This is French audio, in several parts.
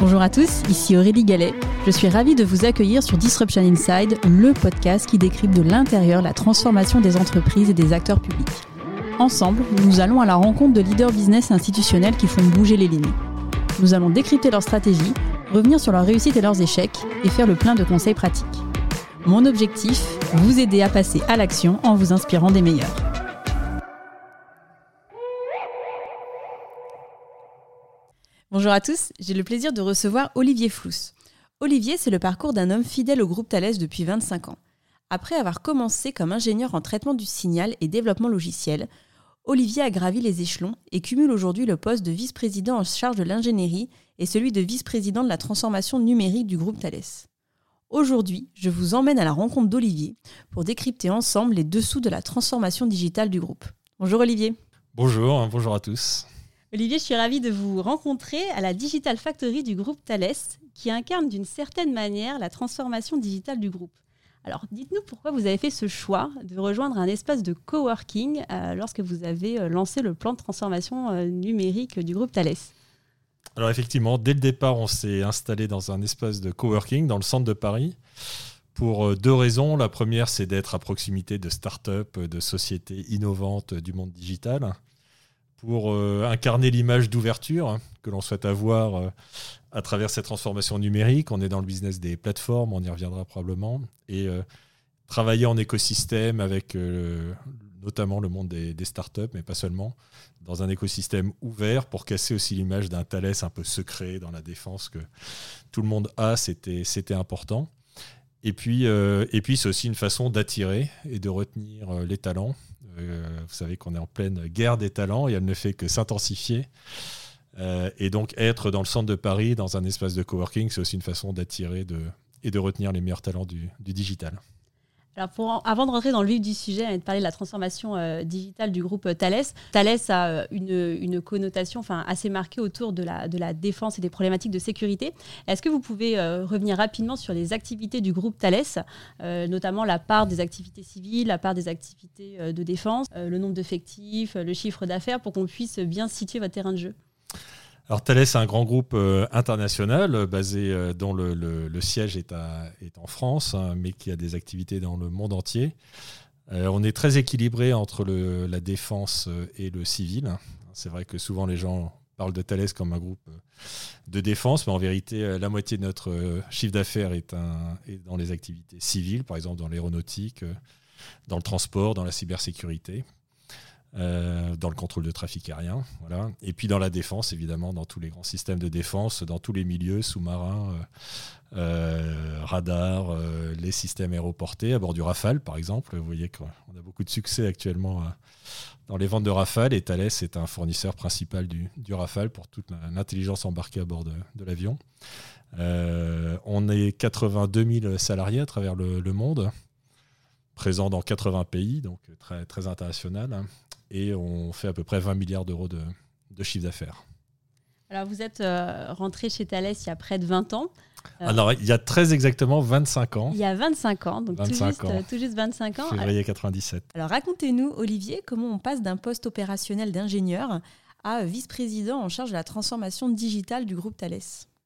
Bonjour à tous, ici Aurélie Gallet. Je suis ravie de vous accueillir sur Disruption Inside, le podcast qui décrypte de l'intérieur la transformation des entreprises et des acteurs publics. Ensemble, nous allons à la rencontre de leaders business et institutionnels qui font bouger les lignes. Nous allons décrypter leurs stratégies, revenir sur leurs réussites et leurs échecs et faire le plein de conseils pratiques. Mon objectif, vous aider à passer à l'action en vous inspirant des meilleurs. Bonjour à tous, j'ai le plaisir de recevoir Olivier Flousse. Olivier, c'est le parcours d'un homme fidèle au groupe Thales depuis 25 ans. Après avoir commencé comme ingénieur en traitement du signal et développement logiciel, Olivier a gravi les échelons et cumule aujourd'hui le poste de vice-président en charge de l'ingénierie et celui de vice-président de la transformation numérique du groupe Thales. Aujourd'hui, je vous emmène à la rencontre d'Olivier pour décrypter ensemble les dessous de la transformation digitale du groupe. Bonjour Olivier. Bonjour à tous. Olivier, je suis ravie de vous rencontrer à la Digital Factory du groupe Thales, qui incarne d'une certaine manière la transformation digitale du groupe. Alors, dites-nous pourquoi vous avez fait ce choix de rejoindre un espace de coworking lorsque vous avez lancé le plan de transformation numérique du groupe Thales. Alors effectivement, dès le départ, on s'est installé dans un espace de coworking dans le centre de Paris pour deux raisons. La première, c'est d'être à proximité de start-up, de sociétés innovantes du monde digital, pour incarner l'image d'ouverture que l'on souhaite avoir à travers cette transformation numérique. On est dans le business des plateformes, on y reviendra probablement, et travailler en écosystème avec notamment le monde des startups, mais pas seulement, dans un écosystème ouvert pour casser aussi l'image d'un Thales un peu secret dans la défense que tout le monde a, c'était important. Et puis c'est aussi une façon d'attirer et de retenir les talents. Vous savez qu'on est en pleine guerre des talents et elle ne fait que s'intensifier. Et donc être dans le centre de Paris, dans un espace de coworking, c'est aussi une façon d'attirer et de retenir les meilleurs talents du digital. Alors avant de rentrer dans le vif du sujet et de parler de la transformation digitale du groupe Thales, Thales a une connotation assez marquée autour de la défense et des problématiques de sécurité. Est-ce que vous pouvez revenir rapidement sur les activités du groupe Thales, notamment la part des activités civiles, la part des activités de défense, le nombre d'effectifs, le chiffre d'affaires, pour qu'on puisse bien situer votre terrain de jeu? Alors Thales est un grand groupe international basé dont le siège est en France, mais qui a des activités dans le monde entier. On est très équilibré entre la défense et le civil. C'est vrai que souvent les gens parlent de Thales comme un groupe de défense, mais en vérité la moitié de notre chiffre d'affaires est dans les activités civiles, par exemple dans l'aéronautique, dans le transport, dans la cybersécurité. Dans le contrôle de trafic aérien, voilà. Et puis dans la défense, évidemment, dans tous les grands systèmes de défense, dans tous les milieux, sous-marins, radars, les systèmes aéroportés, à bord du Rafale, par exemple. Vous voyez qu'on a beaucoup de succès actuellement dans les ventes de Rafale, et Thales est un fournisseur principal du Rafale pour toute l'intelligence embarquée à bord de l'avion. On est 82 000 salariés à travers le monde, présents dans 80 pays, donc très, très international. Et on fait à peu près 20 milliards d'euros de chiffre d'affaires. Alors, vous êtes rentré chez Thales il y a près de 20 ans. Alors, il y a très exactement 25 ans. Il y a 25 ans, donc 25 tout juste 25 ans. Février 97. Alors, racontez-nous, Olivier, comment on passe d'un poste opérationnel d'ingénieur à vice-président en charge de la transformation digitale du groupe Thales?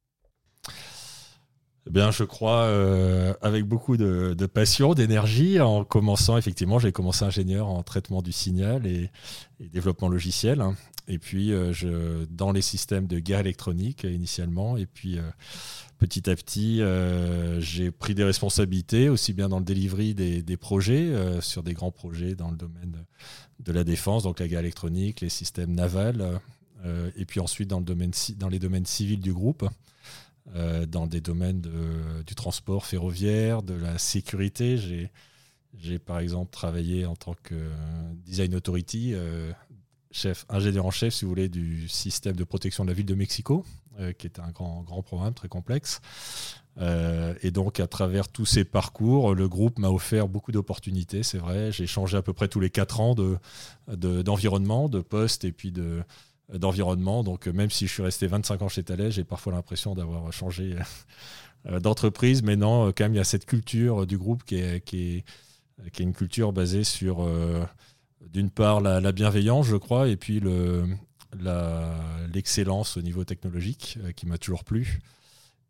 Eh bien, je crois avec beaucoup de passion, d'énergie. En commençant, effectivement, j'ai commencé ingénieur en traitement du signal et développement logiciel. Et puis, dans les systèmes de guerre électronique initialement. Et puis, petit à petit, j'ai pris des responsabilités, aussi bien dans le delivery des projets, sur des grands projets dans le domaine de la défense, donc la guerre électronique, les systèmes navals. Et puis ensuite, dans les domaines civils du groupe. Dans des domaines du transport ferroviaire, de la sécurité. J'ai par exemple travaillé en tant que design authority, ingénieur en chef, si vous voulez, du système de protection de la ville de Mexico, qui est un grand programme très complexe. Et donc, à travers tous ces parcours, le groupe m'a offert beaucoup d'opportunités, c'est vrai. J'ai changé à peu près tous les 4 ans d'environnement, de poste et puis d'environnement. Donc même si je suis resté 25 ans chez Thales, j'ai parfois l'impression d'avoir changé d'entreprise, mais non, quand même il y a cette culture du groupe qui est une culture basée sur d'une part la bienveillance, je crois, et puis l'excellence au niveau technologique qui m'a toujours plu.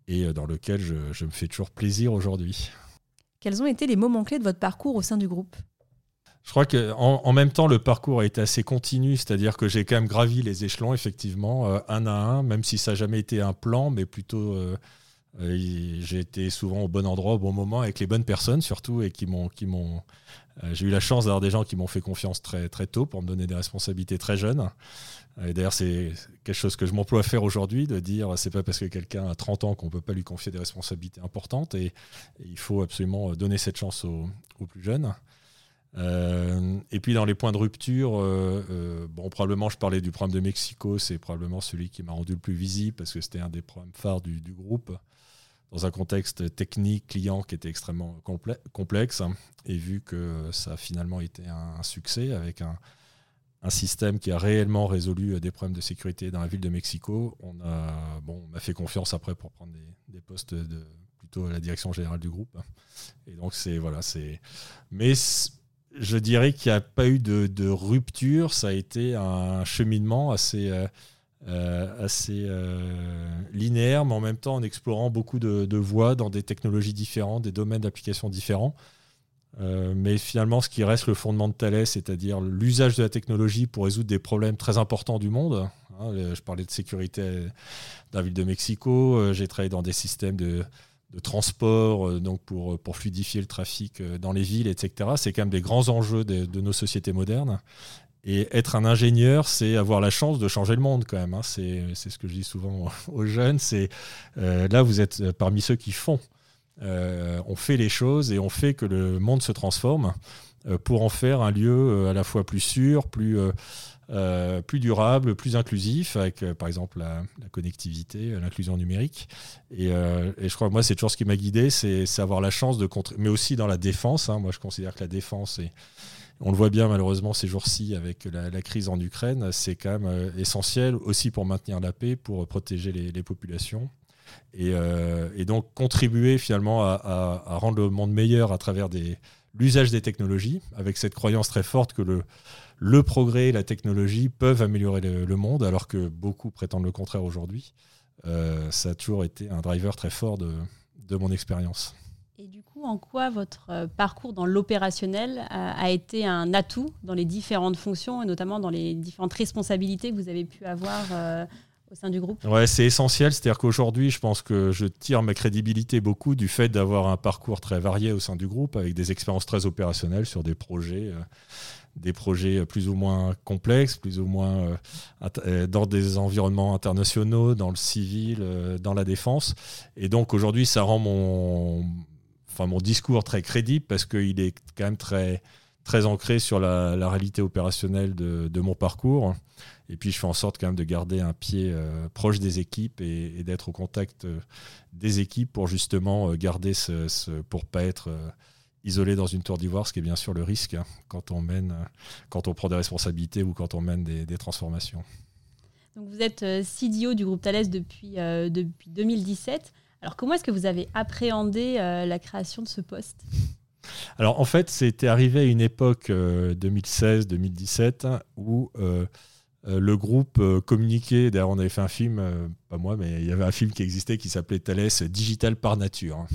et dans lequel je me fais toujours plaisir aujourd'hui. Quels ont été les moments clés de votre parcours au sein du groupe ? Je crois qu'en même temps, le parcours a été assez continu, c'est-à-dire que j'ai quand même gravi les échelons, effectivement, un à un, même si ça n'a jamais été un plan, mais plutôt j'ai été souvent au bon endroit, au bon moment, avec les bonnes personnes surtout, et j'ai eu la chance d'avoir des gens qui m'ont fait confiance très, très tôt pour me donner des responsabilités très jeunes. Et d'ailleurs, c'est quelque chose que je m'emploie à faire aujourd'hui, de dire c'est pas parce que quelqu'un a 30 ans qu'on ne peut pas lui confier des responsabilités importantes, et il faut absolument donner cette chance aux plus jeunes. Et puis dans les points de rupture, probablement je parlais du problème de Mexico, c'est probablement celui qui m'a rendu le plus visible parce que c'était un des problèmes phares du groupe, dans un contexte technique, client qui était extrêmement complexe, et vu que ça a finalement été un succès avec un système qui a réellement résolu des problèmes de sécurité dans la ville de Mexico, on m'a fait confiance après pour prendre des postes plutôt à la direction générale du groupe. Et donc mais je dirais qu'il n'y a pas eu de rupture, ça a été un cheminement assez linéaire, mais en même temps en explorant beaucoup de voies dans des technologies différentes, des domaines d'application différents. Mais finalement, ce qui reste le fondement de Thales, c'est-à-dire l'usage de la technologie pour résoudre des problèmes très importants du monde. Je parlais de sécurité dans la ville de Mexico, j'ai travaillé dans des systèmes de transport, donc pour fluidifier le trafic dans les villes, etc. C'est quand même des grands enjeux de nos sociétés modernes. Et être un ingénieur, c'est avoir la chance de changer le monde quand même. C'est ce que je dis souvent aux jeunes. Là, vous êtes parmi ceux qui font. On fait les choses et on fait que le monde se transforme pour en faire un lieu à la fois plus sûr, plus durable, plus inclusif, avec par exemple la connectivité, l'inclusion numérique. Et je crois que moi, c'est toujours ce qui m'a guidé, c'est avoir la chance de contribuer, mais aussi dans la défense. Moi, je considère que la défense, on le voit bien malheureusement ces jours-ci avec la crise en Ukraine, c'est quand même essentiel aussi pour maintenir la paix, pour protéger les populations. Et donc contribuer finalement à rendre le monde meilleur à travers l'usage des technologies, avec cette croyance très forte que le progrès et la technologie peuvent améliorer le monde, alors que beaucoup prétendent le contraire aujourd'hui. Ça a toujours été un driver très fort de mon expérience. Et du coup, en quoi votre parcours dans l'opérationnel a été un atout dans les différentes fonctions, et notamment dans les différentes responsabilités que vous avez pu avoir au sein du groupe ? Ouais, c'est essentiel. C'est-à-dire qu'aujourd'hui, je pense que je tire ma crédibilité beaucoup du fait d'avoir un parcours très varié au sein du groupe, avec des expériences très opérationnelles sur des projets plus ou moins complexes, plus ou moins dans des environnements internationaux, dans le civil, dans la défense. Et donc aujourd'hui, ça rend mon discours très crédible parce qu'il est quand même très, très ancré sur la réalité opérationnelle de mon parcours. Et puis, je fais en sorte quand même de garder un pied proche des équipes et d'être au contact des équipes pour justement garder pour ne pas être isolé dans une tour d'ivoire, ce qui est bien sûr le risque quand on prend des responsabilités ou quand on mène des transformations. Donc, vous êtes CDO du groupe Thales depuis 2017. Alors, comment est-ce que vous avez appréhendé la création de ce poste ? Alors, en fait, c'était arrivé à une époque 2016-2017 où le groupe communiquait. D'ailleurs, on avait fait un film, pas moi, mais il y avait un film qui existait qui s'appelait Thales Digital par nature,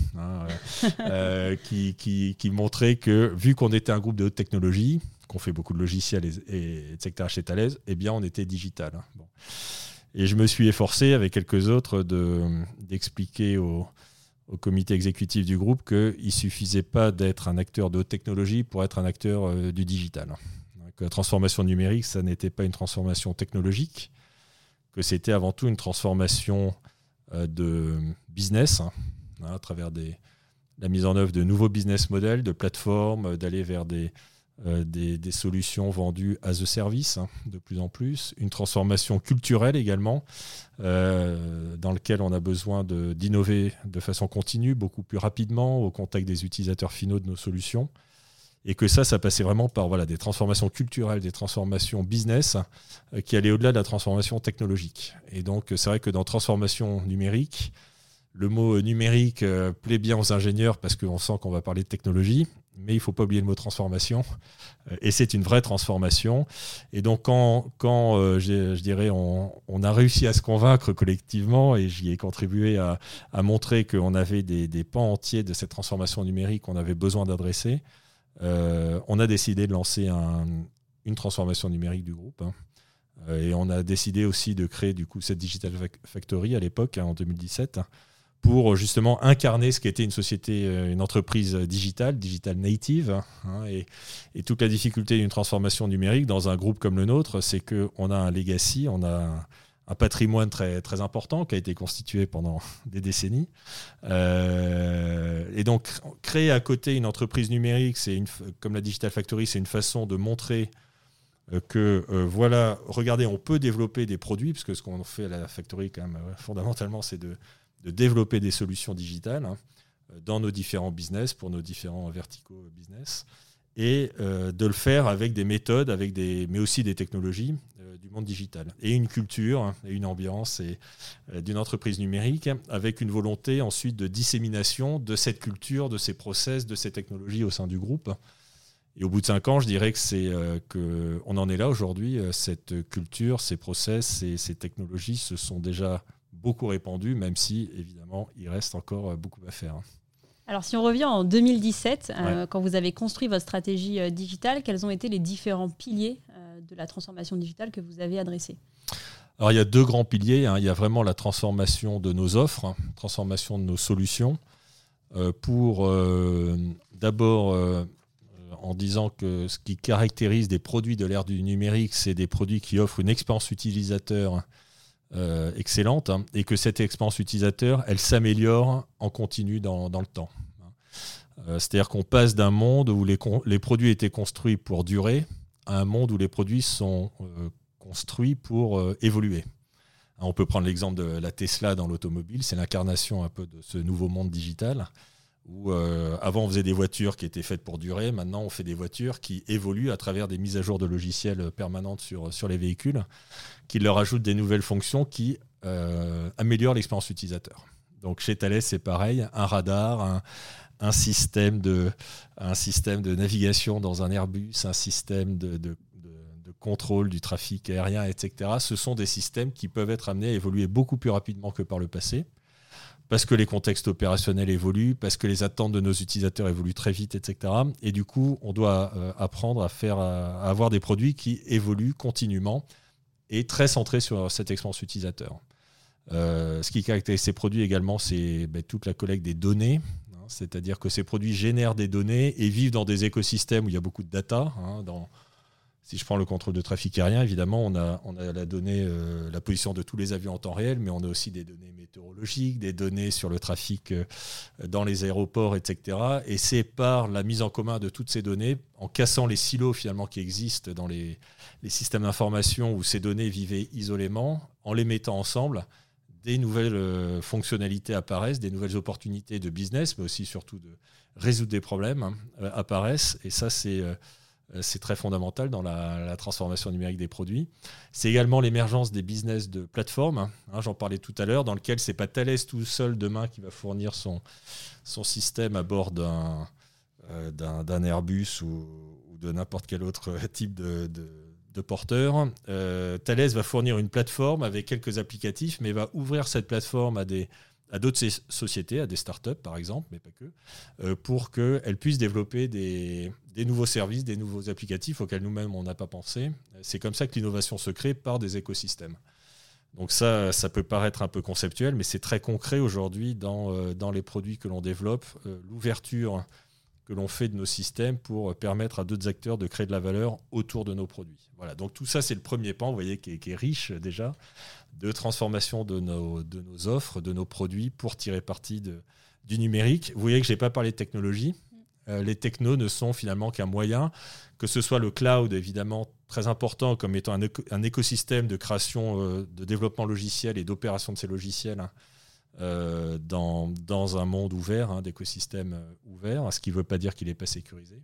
qui montrait que, vu qu'on était un groupe de haute technologie, qu'on fait beaucoup de logiciels, etc. chez Thales, eh bien, on était digital. Bon. Et je me suis efforcé, avec quelques autres, d'expliquer au comité exécutif du groupe qu'il ne suffisait pas d'être un acteur de haute technologie pour être un acteur du digital. Que la transformation numérique, ça n'était pas une transformation technologique, que c'était avant tout une transformation de business, à travers la mise en œuvre de nouveaux business models, de plateformes, d'aller vers des solutions vendues as a service, de plus en plus. Une transformation culturelle également, dans laquelle on a besoin d'innover de façon continue, beaucoup plus rapidement, au contact des utilisateurs finaux de nos solutions. Et que ça passait vraiment par des transformations culturelles, des transformations business qui allaient au-delà de la transformation technologique. Et donc, c'est vrai que dans transformation numérique, le mot numérique plaît bien aux ingénieurs parce qu'on sent qu'on va parler de technologie. mais il ne faut pas oublier le mot transformation. Et c'est une vraie transformation. Et donc, quand je dirais, on a réussi à se convaincre collectivement, et j'y ai contribué à montrer qu'on avait des pans entiers de cette transformation numérique qu'on avait besoin d'adresser, on a décidé de lancer une transformation numérique du groupe. Et on a décidé aussi de créer du coup cette Digital Factory à l'époque, en 2017, pour justement incarner ce qu'était une société, une entreprise digital native. Et toute la difficulté d'une transformation numérique dans un groupe comme le nôtre, c'est qu'on a un legacy, on a un patrimoine très, très important qui a été constitué pendant des décennies. Et donc, créer à côté une entreprise numérique, comme la Digital Factory, c'est une façon de montrer que voilà, regardez, on peut développer des produits, parce que ce qu'on fait à la Factory, quand même, fondamentalement, c'est de développer des solutions digitales dans nos différents business, pour nos différents verticaux business, et de le faire avec des méthodes, mais aussi des technologies du monde digital. Et une culture et une ambiance d'une entreprise numérique, avec une volonté ensuite de dissémination de cette culture, de ces process, de ces technologies au sein du groupe. Et au bout de 5 ans, je dirais qu'on en est là aujourd'hui. Cette culture, ces process, ces technologies se sont déjà beaucoup répandues, même si, évidemment, il reste encore beaucoup à faire. Alors, si on revient en 2017, quand vous avez construit votre stratégie digitale, quels ont été les différents piliers de la transformation digitale que vous avez adressés ? Alors, il y a 2 grands piliers. Il y a vraiment la transformation de nos offres, transformation de nos solutions, pour d'abord... en disant que ce qui caractérise des produits de l'ère du numérique, c'est des produits qui offrent une expérience utilisateur excellente, et que cette expérience utilisateur, elle s'améliore en continu dans le temps. C'est-à-dire qu'on passe d'un monde où les produits étaient construits pour durer à un monde où les produits sont construits pour évoluer. On peut prendre l'exemple de la Tesla dans l'automobile, c'est l'incarnation un peu de ce nouveau monde digital, où avant on faisait des voitures qui étaient faites pour durer, maintenant on fait des voitures qui évoluent à travers des mises à jour de logiciels permanentes sur les véhicules, qui leur ajoutent des nouvelles fonctions qui améliorent l'expérience utilisateur. Donc chez Thales c'est pareil, un radar, un système de navigation dans un Airbus, un système de contrôle du trafic aérien, etc. Ce sont des systèmes qui peuvent être amenés à évoluer beaucoup plus rapidement que par le passé, parce que les contextes opérationnels évoluent, parce que les attentes de nos utilisateurs évoluent très vite, etc. Et du coup, on doit apprendre à avoir des produits qui évoluent continuellement et très centrés sur cette expérience utilisateur. Ce qui caractérise ces produits également, c'est toute la collecte des données. C'est-à-dire que ces produits génèrent des données et vivent dans des écosystèmes où il y a beaucoup de data. Si je prends le contrôle de trafic aérien, évidemment, on a la donnée, la position de tous les avions en temps réel, mais on a aussi des données météorologiques, des données sur le trafic dans les aéroports, etc. Et c'est par la mise en commun de toutes ces données, en cassant les silos finalement qui existent dans les systèmes d'information où ces données vivaient isolément, en les mettant ensemble, des nouvelles fonctionnalités apparaissent, des nouvelles opportunités de business, mais aussi surtout de résoudre des problèmes apparaissent. Et ça, c'est très fondamental dans la transformation numérique des produits. C'est également l'émergence des business de plateforme, j'en parlais tout à l'heure, dans lequel ce n'est pas Thales tout seul demain qui va fournir son système à bord d'un Airbus ou de n'importe quel autre type de porteur. Thales va fournir une plateforme avec quelques applicatifs, mais va ouvrir cette plateforme à d'autres sociétés, à des startups par exemple, mais pas que, pour qu'elles puissent développer des nouveaux services, des nouveaux applicatifs auxquels nous-mêmes on n'a pas pensé. C'est comme ça que l'innovation se crée, par des écosystèmes. Donc ça peut paraître un peu conceptuel, mais c'est très concret aujourd'hui dans les produits que l'on développe, l'ouverture que l'on fait de nos systèmes pour permettre à d'autres acteurs de créer de la valeur autour de nos produits. Voilà, donc tout ça, c'est le premier pan, vous voyez, qui est riche déjà, de transformation de nos offres, de nos produits pour tirer parti du numérique. Vous voyez que je n'ai pas parlé de technologie. Les technos ne sont finalement qu'un moyen, que ce soit le cloud, évidemment, très important comme étant un écosystème de création, de développement logiciel et d'opération de ces logiciels, dans un monde ouvert, d'écosystème ouvert, ce qui ne veut pas dire qu'il n'est pas sécurisé.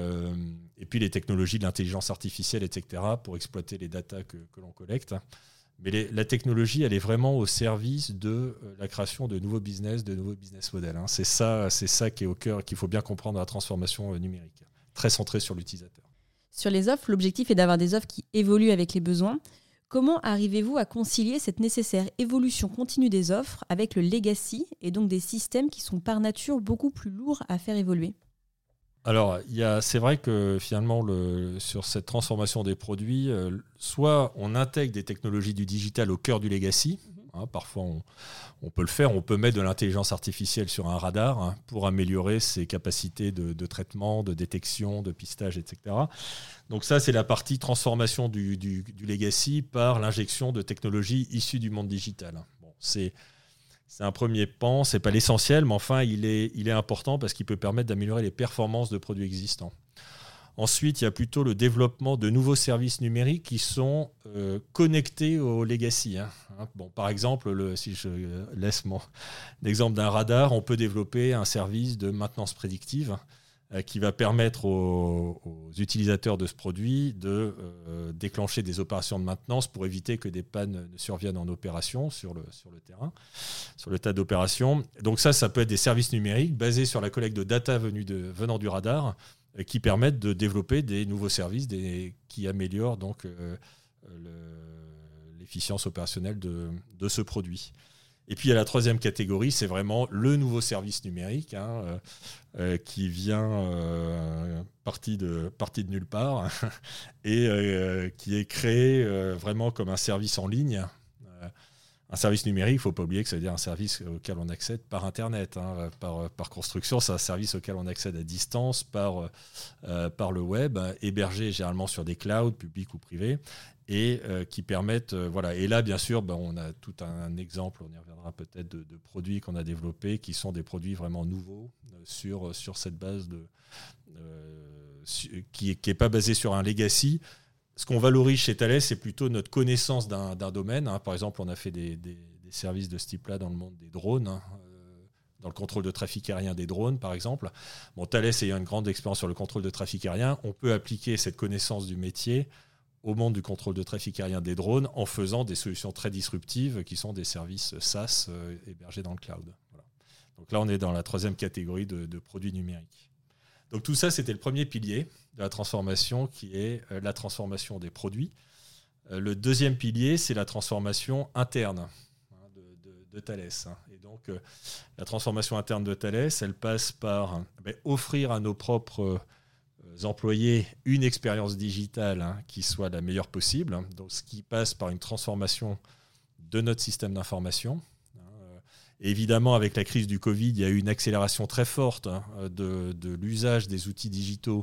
Et puis les technologies de l'intelligence artificielle, etc., pour exploiter les datas que l'on collecte. Mais la technologie, elle est vraiment au service de la création de nouveaux business models. C'est ça qui est au cœur, qu'il faut bien comprendre dans la transformation numérique, très centrée sur l'utilisateur. Sur les offres, l'objectif est d'avoir des offres qui évoluent avec les besoins. Comment arrivez-vous à concilier cette nécessaire évolution continue des offres avec le legacy et donc des systèmes qui sont par nature beaucoup plus lourds à faire évoluer ? Alors, c'est vrai que finalement, sur cette transformation des produits, soit on intègre des technologies du digital au cœur du legacy. Parfois, on peut le faire. On peut mettre de l'intelligence artificielle sur un radar pour améliorer ses capacités de traitement, de détection, de pistage, etc. Donc ça, c'est la partie transformation du legacy par l'injection de technologies issues du monde digital. Bon, c'est un premier pan, c'est pas l'essentiel, mais enfin, il est important parce qu'il peut permettre d'améliorer les performances de produits existants. Ensuite, il y a plutôt le développement de nouveaux services numériques qui sont connectés au legacy. Bon, par exemple, si je laisse l'exemple d'un radar, on peut développer un service de maintenance prédictive qui va permettre aux utilisateurs de ce produit de déclencher des opérations de maintenance pour éviter que des pannes ne surviennent en opération sur le terrain, sur le tas d'opérations. Donc ça peut être des services numériques basés sur la collecte de data venant du radar qui permettent de développer des nouveaux services qui améliorent donc l'efficience opérationnelle de ce produit. Et puis, il y a la troisième catégorie, c'est vraiment le nouveau service numérique qui vient parti de nulle part et qui est créé vraiment comme un service en ligne. Un service numérique, il ne faut pas oublier que ça veut dire un service auquel on accède par Internet. Par construction, c'est un service auquel on accède à distance par le web, hébergé généralement sur des clouds publics ou privés, et qui permettent... Et là, bien sûr, on a tout un exemple, on y reviendra peut-être, de produits qu'on a développés, qui sont des produits vraiment nouveaux sur cette base qui n'est pas basée sur un legacy. Ce qu'on valorise chez Thales, c'est plutôt notre connaissance d'un domaine. Par exemple, on a fait des services de ce type-là dans le monde des drones, dans le contrôle de trafic aérien des drones, par exemple. Bon, Thales ayant une grande expérience sur le contrôle de trafic aérien, on peut appliquer cette connaissance du métier au monde du contrôle de trafic aérien des drones en faisant des solutions très disruptives qui sont des services SaaS hébergés dans le cloud. Voilà. Donc là, on est dans la troisième catégorie de produits numériques. Donc tout ça, c'était le premier pilier de la transformation, qui est la transformation des produits. Le deuxième pilier, c'est la transformation interne de Thales. Et donc, la transformation interne de Thales, elle passe par offrir à nos propres employés une expérience digitale qui soit la meilleure possible. Donc, ce qui passe par une transformation de notre système d'information. Et évidemment, avec la crise du Covid, il y a eu une accélération très forte de l'usage des outils digitaux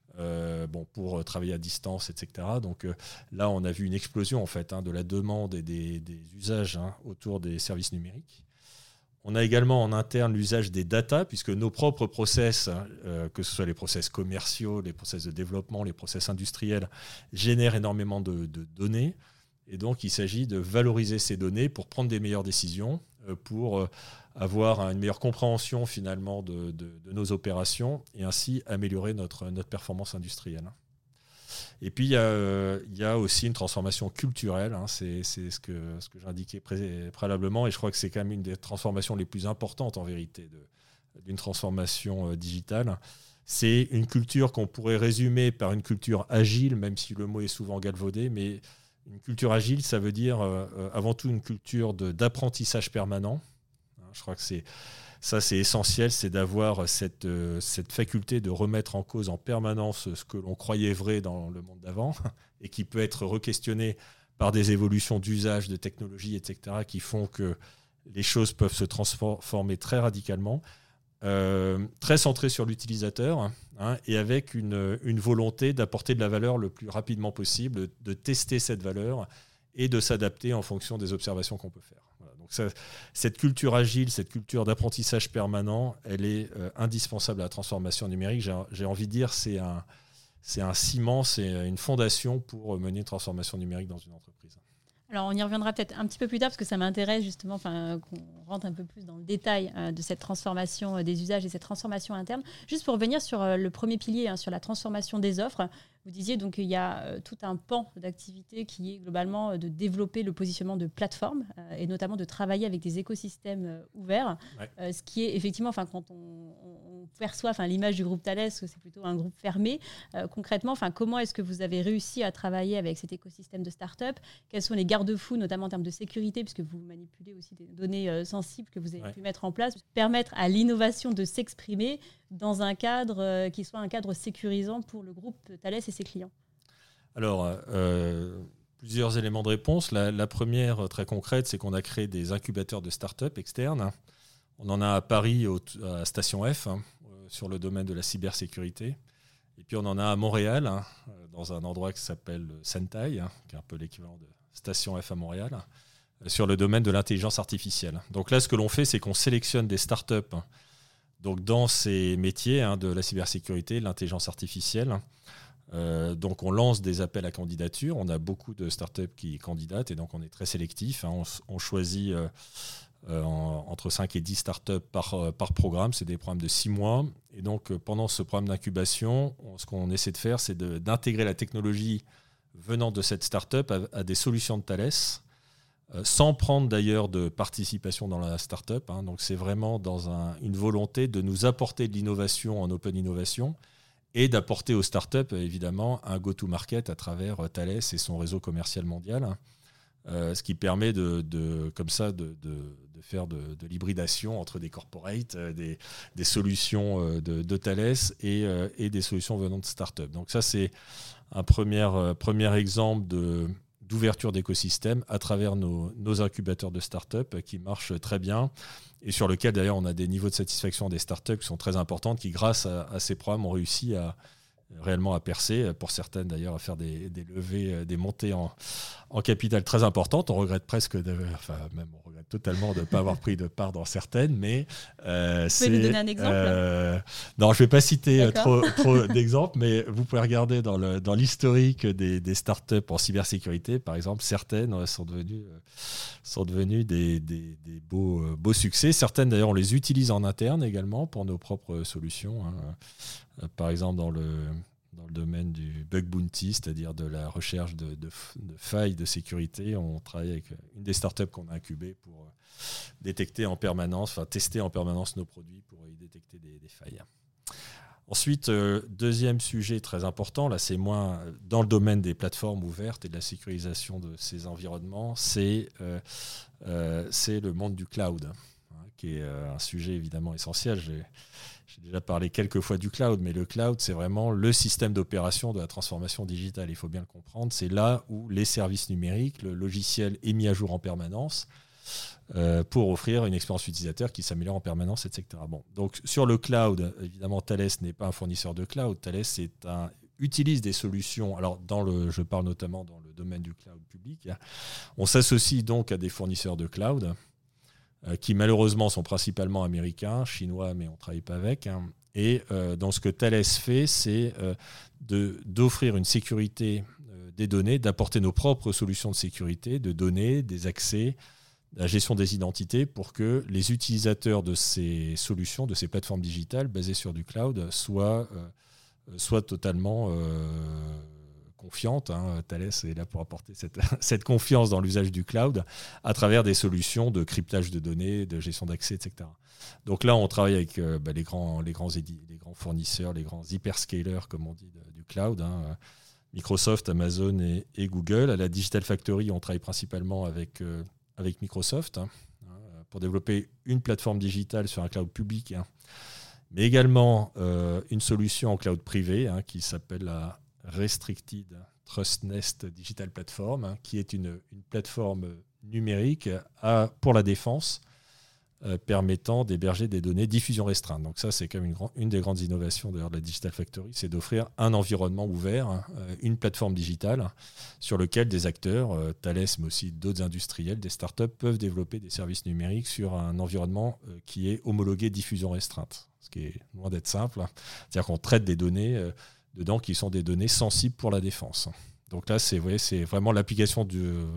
pour travailler à distance, etc. Donc là, on a vu une explosion en fait, de la demande et des usages autour des services numériques. On a également en interne l'usage des data, puisque nos propres process, que ce soit les process commerciaux, les process de développement, les process industriels, génèrent énormément de données. Et donc, il s'agit de valoriser ces données pour prendre des meilleures décisions, pour avoir une meilleure compréhension finalement de nos opérations et ainsi améliorer notre performance industrielle. Et puis, il y a aussi une transformation culturelle. C'est ce que j'indiquais préalablement, et je crois que c'est quand même une des transformations les plus importantes en vérité d'une transformation digitale. C'est une culture qu'on pourrait résumer par une culture agile, même si le mot est souvent galvaudé, mais une culture agile, ça veut dire avant tout une culture d'apprentissage permanent. Je crois que c'est essentiel, c'est d'avoir cette faculté de remettre en cause en permanence ce que l'on croyait vrai dans le monde d'avant et qui peut être re-questionné par des évolutions d'usage, de technologie, etc., qui font que les choses peuvent se transformer très radicalement. Très centré sur l'utilisateur et avec une volonté d'apporter de la valeur le plus rapidement possible, de tester cette valeur et de s'adapter en fonction des observations qu'on peut faire. Voilà. Donc cette culture agile, cette culture d'apprentissage permanent, elle est indispensable à la transformation numérique. J'ai envie de dire c'est un ciment, c'est une fondation pour mener une transformation numérique dans une entreprise. Alors, on y reviendra peut-être un petit peu plus tard parce que ça m'intéresse justement qu'on rentre un peu plus dans le détail de cette transformation des usages et cette transformation interne. Juste pour revenir sur le premier pilier, sur la transformation des offres, vous disiez donc qu'il y a tout un pan d'activité qui est globalement de développer le positionnement de plateformes et notamment de travailler avec des écosystèmes ouverts. Ouais. Ce qui est effectivement, quand on perçoit l'image du groupe Thales, que c'est plutôt un groupe fermé, concrètement, comment est-ce que vous avez réussi à travailler avec cet écosystème de start-up? Quels sont les garde-fous, notamment en termes de sécurité, puisque vous manipulez aussi des données sensibles que vous avez pu mettre en place, permettre à l'innovation de s'exprimer dans un cadre qui soit un cadre sécurisant pour le groupe Thales et ses clients? Alors, plusieurs éléments de réponse. La première, très concrète, c'est qu'on a créé des incubateurs de start-up externes. On en a à Paris, à Station F, sur le domaine de la cybersécurité. Et puis on en a à Montréal, dans un endroit qui s'appelle Sentai, qui est un peu l'équivalent de Station F à Montréal, sur le domaine de l'intelligence artificielle. Donc là, ce que l'on fait, c'est qu'on sélectionne des startups donc dans ces métiers de la cybersécurité, de l'intelligence artificielle. Donc on lance des appels à candidature. On a beaucoup de startups qui candidatent et donc on est très sélectif. On choisit entre 5 et 10 startups par programme. C'est des programmes de 6 mois. Et donc pendant ce programme d'incubation, ce qu'on essaie de faire, c'est d'intégrer la technologie venant de cette startup à des solutions de Thales, sans prendre d'ailleurs de participation dans la startup. Donc c'est vraiment dans une volonté de nous apporter de l'innovation en open innovation et d'apporter aux startups évidemment un go-to-market à travers Thales et son réseau commercial mondial, ce qui permet comme ça de faire de l'hybridation entre des corporates, des solutions de Thales et des solutions venant de startups. Donc ça c'est un premier exemple d'ouverture d'écosystème à travers nos incubateurs de startups qui marchent très bien et sur lequel d'ailleurs on a des niveaux de satisfaction des startups qui sont très importantes, qui grâce à ces programmes ont réussi réellement à percer, pour certaines d'ailleurs à faire des levées, des montées en capital très importantes. On regrette même on regrette totalement de ne pas avoir pris de part dans certaines, mais vous pouvez nous donner un exemple? Non, je ne vais pas citer trop d'exemples, mais vous pouvez regarder dans l'historique des startups en cybersécurité, par exemple, certaines sont devenues des beaux succès. Certaines d'ailleurs on les utilise en interne également pour nos propres solutions. Par exemple dans le domaine du bug bounty, c'est-à-dire de la recherche de failles de sécurité. On travaille avec une des startups qu'on a incubées pour détecter en permanence, tester en permanence nos produits pour y détecter des failles. Ensuite, deuxième sujet très important, là c'est moins dans le domaine des plateformes ouvertes et de la sécurisation de ces environnements, c'est le monde du cloud, qui est un sujet évidemment essentiel. J'ai déjà parlé quelques fois du cloud, mais le cloud, c'est vraiment le système d'opération de la transformation digitale. Il faut bien le comprendre. C'est là où les services numériques, le logiciel est mis à jour en permanence pour offrir une expérience utilisateur qui s'améliore en permanence, etc. Bon, donc sur le cloud, évidemment, Thales n'est pas un fournisseur de cloud. Thales utilise des solutions. Alors, je parle notamment dans le domaine du cloud public. On s'associe donc à des fournisseurs de cloud qui malheureusement sont principalement américains, chinois, mais on ne travaille pas avec. Et donc ce que Thales fait, c'est d'offrir une sécurité des données, d'apporter nos propres solutions de sécurité, de données, des accès, la gestion des identités pour que les utilisateurs de ces solutions, de ces plateformes digitales basées sur du cloud soient totalement confiante. Thales est là pour apporter cette confiance dans l'usage du cloud à travers des solutions de cryptage de données, de gestion d'accès, etc. Donc là, on travaille avec les grands fournisseurs, les grands hyperscalers, comme on dit, du cloud, Microsoft, Amazon et Google. À la Digital Factory, on travaille principalement avec Microsoft pour développer une plateforme digitale sur un cloud public, mais également une solution en cloud privé qui s'appelle la Restricted Trust Nest Digital Platform, qui est une plateforme numérique pour la défense permettant d'héberger des données diffusion restreinte. Donc ça, c'est quand même une des grandes innovations d'ailleurs de la Digital Factory, c'est d'offrir un environnement ouvert, une plateforme digitale sur lequel des acteurs, Thales, mais aussi d'autres industriels, des startups, peuvent développer des services numériques sur un environnement qui est homologué diffusion restreinte, ce qui est loin d'être simple. C'est-à-dire qu'on traite des données dedans qui sont des données sensibles pour la défense. Donc là, c'est vraiment l'application de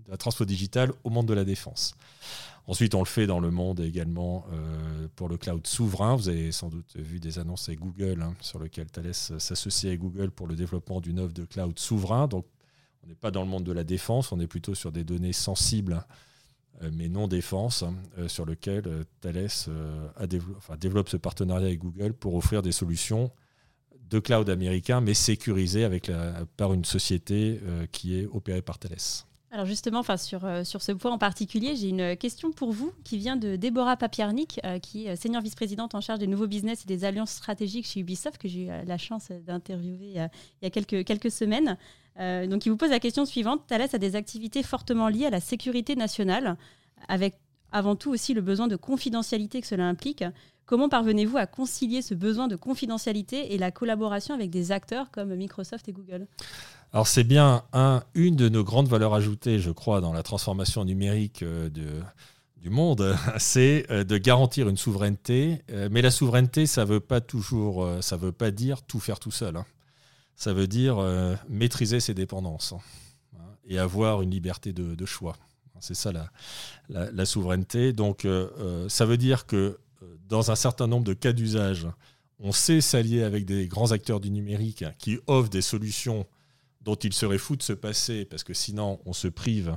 la transfo digitale au monde de la défense. Ensuite, on le fait dans le monde également pour le cloud souverain. Vous avez sans doute vu des annonces avec Google, sur lesquelles Thales s'associe avec Google pour le développement d'une offre de cloud souverain. Donc, on n'est pas dans le monde de la défense, on est plutôt sur des données sensibles, mais non défense, sur lequel Thales développe ce partenariat avec Google pour offrir des solutions de cloud américain, mais sécurisées par une société qui est opérée par Thales. Alors justement, sur ce point en particulier, j'ai une question pour vous qui vient de Déborah Papiernik, qui est senior vice-présidente en charge des nouveaux business et des alliances stratégiques chez Ubisoft, que j'ai eu la chance d'interviewer il y a quelques semaines. Donc, il vous pose la question suivante. Thales a des activités fortement liées à la sécurité nationale, avec avant tout aussi le besoin de confidentialité que cela implique. Comment parvenez-vous à concilier ce besoin de confidentialité et la collaboration avec des acteurs comme Microsoft et Google ? Alors c'est bien une de nos grandes valeurs ajoutées, je crois, dans la transformation numérique du monde, c'est de garantir une souveraineté. Mais la souveraineté, ça veut pas dire tout faire tout seul. Ça veut dire maîtriser ses dépendances et avoir une liberté de choix. C'est ça la souveraineté. Donc ça veut dire que dans un certain nombre de cas d'usage, on sait s'allier avec des grands acteurs du numérique qui offrent des solutions dont il serait fou de se passer, parce que sinon on se prive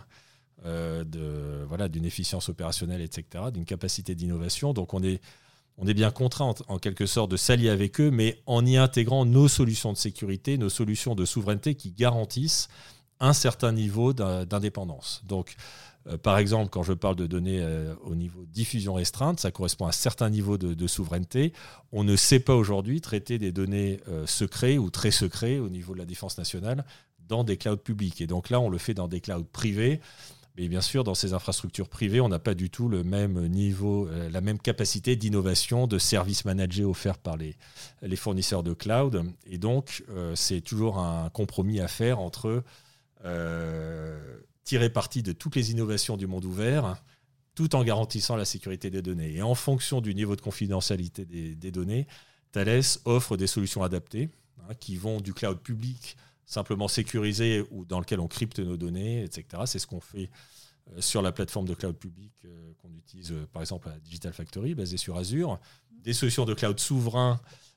d'une efficience opérationnelle, etc., d'une capacité d'innovation. Donc on est bien contraint en quelque sorte de s'allier avec eux, mais en y intégrant nos solutions de sécurité, nos solutions de souveraineté qui garantissent un certain niveau d'indépendance. Donc par exemple, quand je parle de données au niveau diffusion restreinte, ça correspond à un certain niveau de souveraineté. On ne sait pas aujourd'hui traiter des données secrets ou très secrets au niveau de la défense nationale dans des clouds publics. Et donc là, on le fait dans des clouds privés. Mais bien sûr, dans ces infrastructures privées, on n'a pas du tout le même niveau, la même capacité d'innovation, de services managés offerts par les fournisseurs de cloud. Et donc, c'est toujours un compromis à faire entre tirer parti de toutes les innovations du monde ouvert, tout en garantissant la sécurité des données. Et en fonction du niveau de confidentialité des données, Thales offre des solutions adaptées qui vont du cloud public simplement sécurisé ou dans lequel on crypte nos données, etc. C'est ce qu'on fait sur la plateforme de cloud public qu'on utilise par exemple à Digital Factory, basée sur Azure. Des solutions de cloud souverain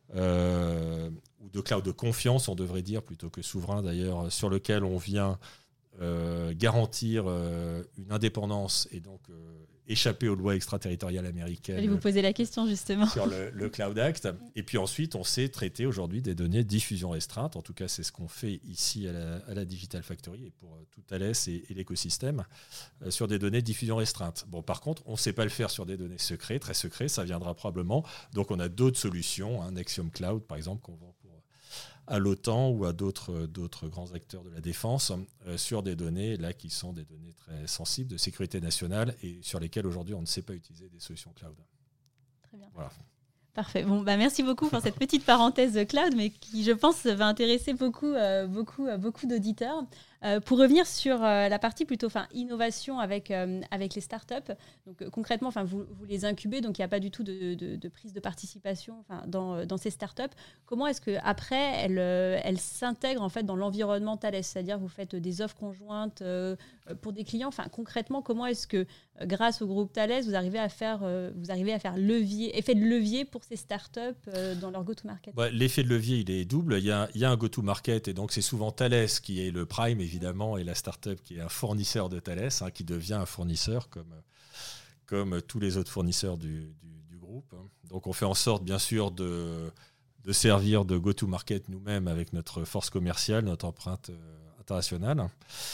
ou de cloud de confiance, on devrait dire, plutôt que souverain d'ailleurs, sur lequel on vient garantir une indépendance et donc échapper aux lois extraterritoriales américaines. J'allais vous poser la question justement. Sur le Cloud Act. Et puis ensuite, on sait traiter aujourd'hui des données diffusion restreinte. En tout cas, c'est ce qu'on fait ici à la Digital Factory et pour tout Thales et l'écosystème sur des données diffusion restreinte. Bon, par contre, on ne sait pas le faire sur des données secrètes, très secrètes, ça viendra probablement. Donc, on a d'autres solutions, Nexium Cloud par exemple, qu'on vend à l'OTAN ou à d'autres grands acteurs de la défense sur des données là qui sont des données très sensibles de sécurité nationale et sur lesquelles aujourd'hui on ne sait pas utiliser des solutions cloud. Très bien. Voilà. Parfait. Bon, merci beaucoup pour cette petite parenthèse cloud, mais qui, je pense, va intéresser beaucoup d'auditeurs. Pour revenir sur la partie plutôt innovation avec les startups, donc concrètement, vous les incubez, donc il n'y a pas du tout de prise de participation dans ces startups. Comment est-ce qu'après, elles s'intègrent en fait, dans l'environnement Thales ? C'est-à-dire vous faites des offres conjointes pour des clients. Concrètement, comment est-ce que, grâce au groupe Thales, vous arrivez à faire effet de levier pour ces startups dans leur go-to-market ? L'effet de levier, il est double. Il y a un go-to-market et donc c'est souvent Thales qui est le prime, évidemment, et la startup qui est un fournisseur de Thales, qui devient un fournisseur comme tous les autres fournisseurs du groupe. Donc on fait en sorte, bien sûr, de servir de go-to-market nous-mêmes avec notre force commerciale, notre empreinte internationale.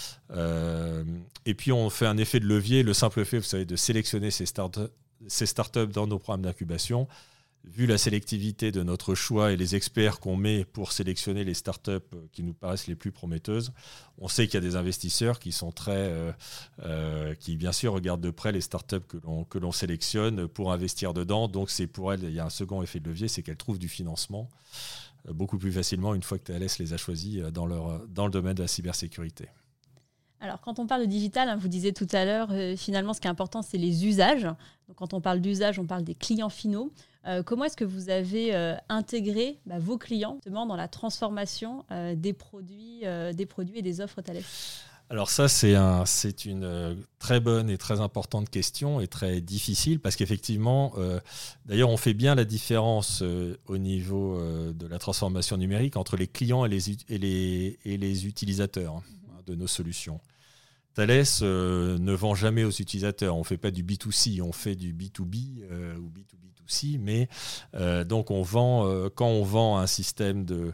Et puis on fait un effet de levier, le simple fait, vous savez, de sélectionner ces startups dans nos programmes d'incubation. Vu la sélectivité de notre choix et les experts qu'on met pour sélectionner les startups qui nous paraissent les plus prometteuses, on sait qu'il y a des investisseurs qui sont qui bien sûr regardent de près les startups que l'on sélectionne pour investir dedans. Donc c'est pour elles, il y a un second effet de levier, c'est qu'elles trouvent du financement beaucoup plus facilement une fois que Thales les a choisis dans le domaine de la cybersécurité. Alors, quand on parle de digital, vous disiez tout à l'heure, finalement, ce qui est important, c'est les usages. Donc, quand on parle d'usage, on parle des clients finaux. Comment est-ce que vous avez intégré vos clients justement dans la transformation des produits et des offres Thales ? Alors ça, c'est une très bonne et très importante question et très difficile parce qu'effectivement, d'ailleurs, on fait bien la différence au niveau de la transformation numérique entre les clients et les utilisateurs de nos solutions. Thales ne vend jamais aux utilisateurs. On ne fait pas du B2C, on fait du B2B ou B2B2C. Mais donc quand on vend un système de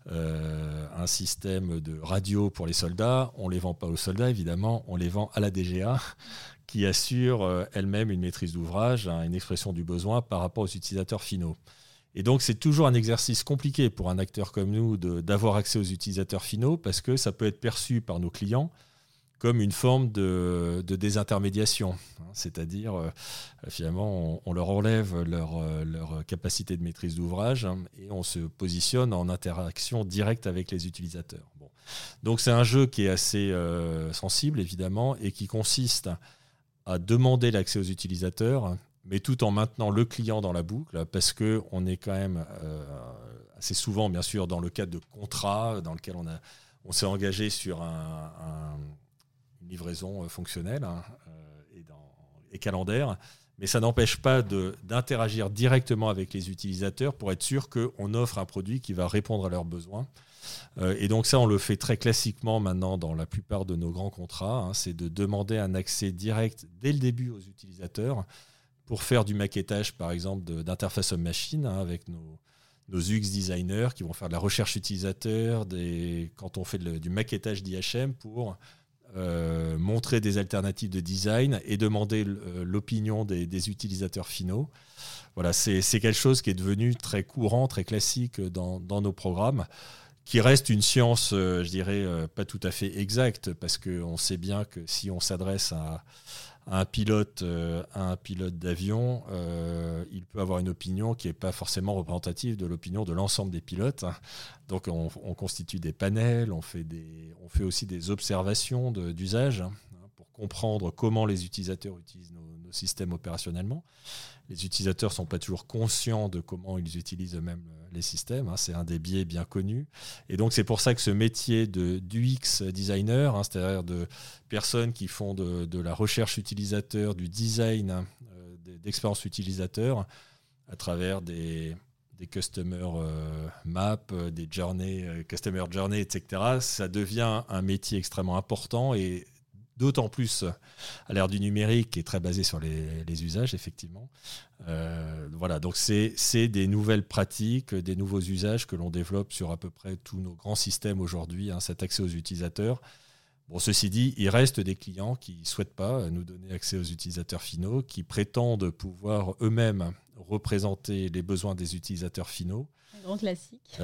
radio pour les soldats, on ne les vend pas aux soldats, évidemment, on les vend à la DGA qui assure elle-même une maîtrise d'ouvrage, une expression du besoin par rapport aux utilisateurs finaux. Et donc, c'est toujours un exercice compliqué pour un acteur comme nous d'avoir accès aux utilisateurs finaux parce que ça peut être perçu par nos clients comme une forme de désintermédiation. C'est-à-dire, finalement, on leur enlève leur capacité de maîtrise d'ouvrage et on se positionne en interaction directe avec les utilisateurs. Bon. Donc, c'est un jeu qui est assez sensible, évidemment, et qui consiste à demander l'accès aux utilisateurs, mais tout en maintenant le client dans la boucle, parce qu'on est quand même assez souvent, bien sûr, dans le cadre de contrats dans lequel on s'est engagé sur une livraison fonctionnelle et calendaire, mais ça n'empêche pas d'interagir directement avec les utilisateurs pour être sûr qu'on offre un produit qui va répondre à leurs besoins. Et donc ça, on le fait très classiquement maintenant dans la plupart de nos grands contrats, c'est de demander un accès direct dès le début aux utilisateurs pour faire du maquettage, par exemple, d'interface homme-machine avec nos UX designers qui vont faire de la recherche utilisateur, quand on fait du maquettage d'IHM pour montrer des alternatives de design et demander l'opinion des utilisateurs finaux. Voilà, c'est quelque chose qui est devenu très courant, très classique dans nos programmes, qui reste une science, je dirais, pas tout à fait exacte, parce qu'on sait bien que si on s'adresse à un pilote d'avion, il peut avoir une opinion qui n'est pas forcément représentative de l'opinion de l'ensemble des pilotes. Donc on constitue des panels, on fait aussi des observations d'usage pour comprendre comment les utilisateurs utilisent nos systèmes opérationnellement. Les utilisateurs ne sont pas toujours conscients de comment ils utilisent eux-mêmes les systèmes. C'est un des biais bien connus. Et donc, c'est pour ça que ce métier d'UX designer, c'est-à-dire de personnes qui font de la recherche utilisateur, du design d'expérience utilisateur, à travers des customer maps, des customer journey, etc., ça devient un métier extrêmement important et d'autant plus à l'ère du numérique qui est très basé sur les usages, effectivement. Voilà, donc c'est des nouvelles pratiques, des nouveaux usages que l'on développe sur à peu près tous nos grands systèmes aujourd'hui, cet accès aux utilisateurs. Bon, ceci dit, il reste des clients qui ne souhaitent pas nous donner accès aux utilisateurs finaux, qui prétendent pouvoir eux-mêmes représenter les besoins des utilisateurs finaux. Un grand classique.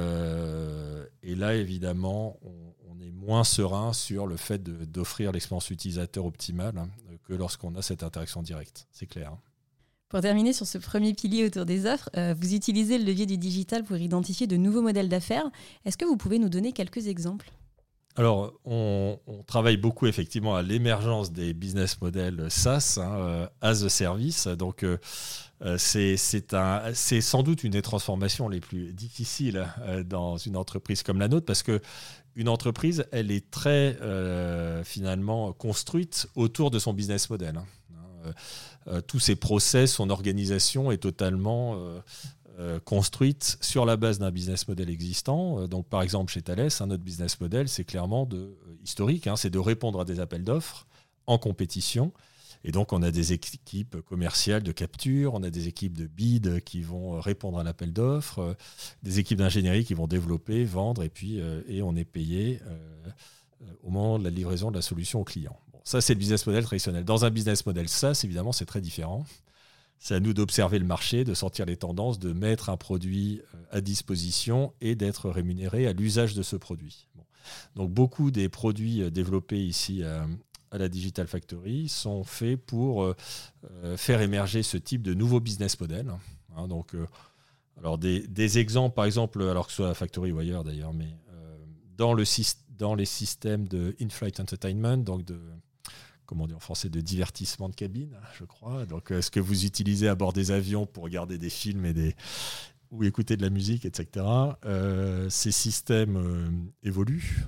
Et là, évidemment, on est moins serein sur le fait d'offrir l'expérience utilisateur optimale que lorsqu'on a cette interaction directe. C'est clair. Pour terminer sur ce premier pilier autour des offres, vous utilisez le levier du digital pour identifier de nouveaux modèles d'affaires. Est-ce que vous pouvez nous donner quelques exemples ? Alors, on travaille beaucoup effectivement à l'émergence des business models SaaS, as a service. Donc, c'est sans doute une des transformations les plus difficiles dans une entreprise comme la nôtre, parce que une entreprise, elle est très finalement construite autour de son business model. Tous ses process, son organisation est totalement construite sur la base d'un business model existant. Donc, par exemple, chez Thales, notre business model, c'est clairement historique, c'est de répondre à des appels d'offres en compétition. Et donc, on a des équipes commerciales de capture, on a des équipes de bid qui vont répondre à l'appel d'offres, des équipes d'ingénierie qui vont développer, vendre, et on est payé au moment de la livraison de la solution au client. Bon, ça, c'est le business model traditionnel. Dans un business model SaaS, évidemment, c'est très différent. C'est à nous d'observer le marché, de sentir les tendances, de mettre un produit à disposition et d'être rémunéré à l'usage de ce produit. Bon. Donc, beaucoup des produits développés ici à la Digital Factory sont faits pour faire émerger ce type de nouveaux business models. Donc, alors des exemples, par exemple, alors que ce soit à la Factory ou ailleurs d'ailleurs, mais dans les systèmes de in-flight entertainment, donc comment on dit en français, de divertissement de cabine, je crois. Donc, ce que vous utilisez à bord des avions pour regarder des films ou écouter de la musique, etc. Ces systèmes évoluent.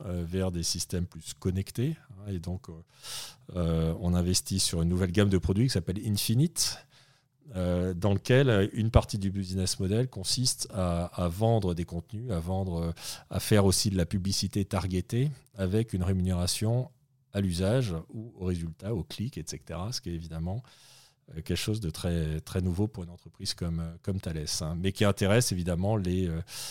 vers des systèmes plus connectés. Et donc, on investit sur une nouvelle gamme de produits qui s'appelle Infinite, dans lequel une partie du business model consiste à vendre des contenus, à faire aussi de la publicité targetée avec une rémunération à l'usage ou au résultat, au clic, etc. Ce qui est évidemment quelque chose de très, très nouveau pour une entreprise comme Thales, mais qui intéresse évidemment les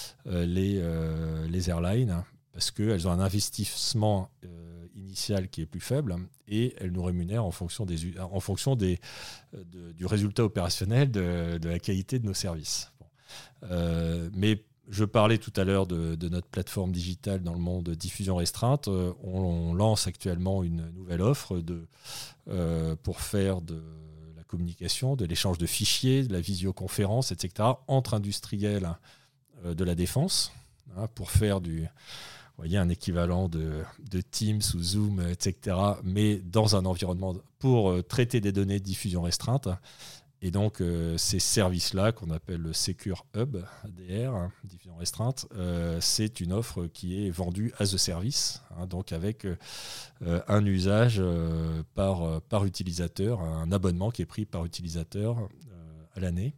airlines, parce qu'elles ont un investissement initial qui est plus faible et elles nous rémunèrent en fonction du résultat opérationnel, de la qualité de nos services. Mais je parlais tout à l'heure de notre plateforme digitale dans le monde de diffusion restreinte. On lance actuellement une nouvelle offre pour faire de la communication, de l'échange de fichiers, de la visioconférence, etc., entre industriels de la défense, pour faire un équivalent de Teams ou Zoom, etc., mais dans un environnement pour traiter des données de diffusion restreinte. Et donc, ces services-là, qu'on appelle le Secure Hub, DR, diffusion restreinte, c'est une offre qui est vendue as a service, donc avec un usage par utilisateur, un abonnement qui est pris par utilisateur à l'année.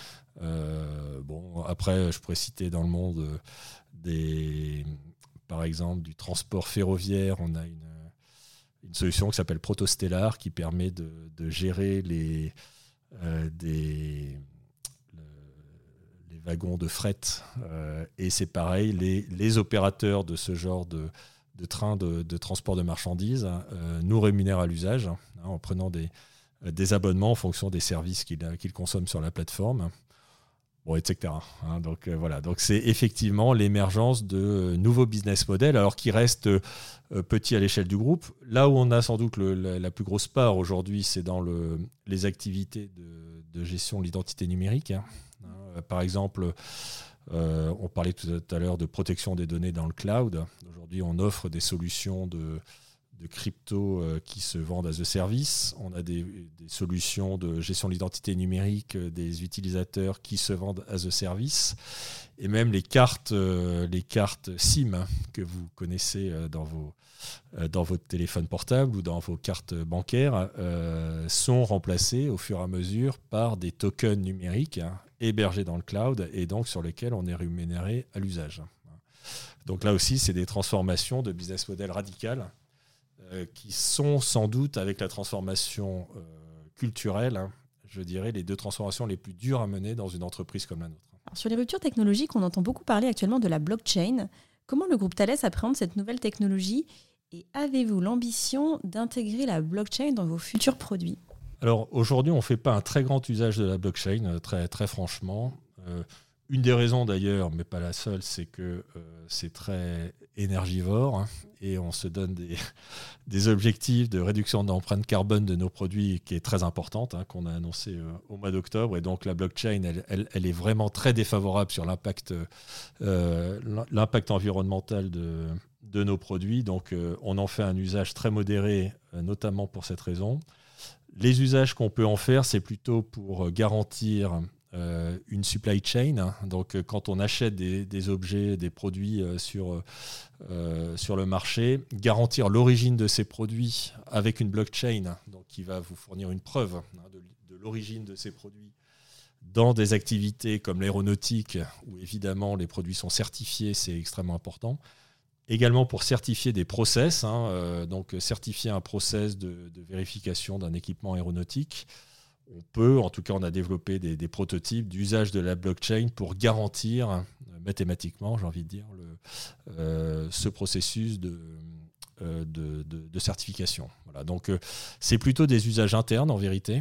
Après, je pourrais citer dans le monde par exemple, du transport ferroviaire. On a une solution qui s'appelle Protostellar qui permet de gérer les wagons de fret, et c'est pareil, les opérateurs de ce genre de train de transport de marchandises nous rémunèrent à l'usage, en prenant des abonnements en fonction des services qu'ils consomment sur la plateforme, etc. Donc voilà, donc c'est effectivement l'émergence de nouveaux business models, alors qui restent petits à l'échelle du groupe. Là où on a sans doute la plus grosse part aujourd'hui, c'est dans les activités de gestion de l'identité numérique. Par exemple, on parlait tout à l'heure de protection des données dans le cloud. Aujourd'hui, on offre des solutions de crypto qui se vendent as a service. On a des solutions de gestion de l'identité numérique des utilisateurs qui se vendent as a service. Et même les cartes SIM que vous connaissez dans votre téléphone portable ou dans vos cartes bancaires sont remplacées au fur et à mesure par des tokens numériques hébergés dans le cloud et donc sur lesquels on est rémunéré à l'usage. Donc là aussi, c'est des transformations de business model radicales qui sont sans doute, avec la transformation culturelle, je dirais, les deux transformations les plus dures à mener dans une entreprise comme la nôtre. Alors, sur les ruptures technologiques, on entend beaucoup parler actuellement de la blockchain. Comment le groupe Thales appréhende cette nouvelle technologie et avez-vous l'ambition d'intégrer la blockchain dans vos futurs produits ? Alors aujourd'hui, on ne fait pas un très grand usage de la blockchain, très, très franchement. Une des raisons d'ailleurs, mais pas la seule, c'est que c'est très énergivore et on se donne des objectifs de réduction d'empreinte carbone de nos produits qui est très importante, qu'on a annoncé au mois d'octobre. Et donc la blockchain, elle est vraiment très défavorable sur l'impact environnemental de nos produits. Donc on en fait un usage très modéré, notamment pour cette raison. Les usages qu'on peut en faire, c'est plutôt pour garantir une supply chain. Donc, quand on achète des objets, des produits sur le marché, garantir l'origine de ces produits avec une blockchain, donc qui va vous fournir une preuve de l'origine de ces produits dans des activités comme l'aéronautique, où évidemment les produits sont certifiés, c'est extrêmement important. Également pour certifier des process, donc certifier un process de vérification d'un équipement aéronautique. En tout cas, on a développé des prototypes d'usage de la blockchain pour garantir mathématiquement, j'ai envie de dire, ce processus de certification. Voilà. Donc, c'est plutôt des usages internes en vérité,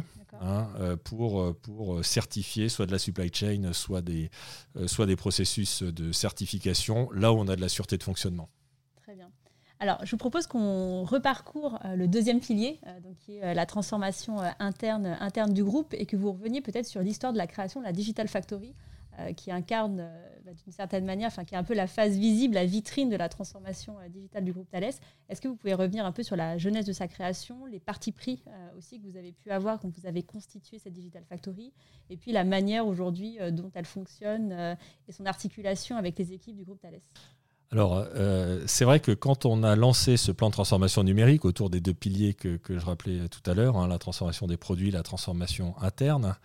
pour certifier soit de la supply chain, soit des processus de certification, là où on a de la sûreté de fonctionnement. Très bien. Alors, je vous propose qu'on reparcourt le deuxième pilier, donc qui est la transformation interne du groupe, et que vous reveniez peut-être sur l'histoire de la création de la Digital Factory, qui incarne d'une certaine manière, qui est un peu la face visible, la vitrine de la transformation digitale du groupe Thales. Est-ce que vous pouvez revenir un peu sur la genèse de sa création, les partis pris aussi que vous avez pu avoir quand vous avez constitué cette Digital Factory, et puis la manière aujourd'hui dont elle fonctionne et son articulation avec les équipes du groupe Thales ? Alors, c'est vrai que quand on a lancé ce plan de transformation numérique autour des 2 piliers que je rappelais tout à l'heure, la transformation des produits, la transformation interne,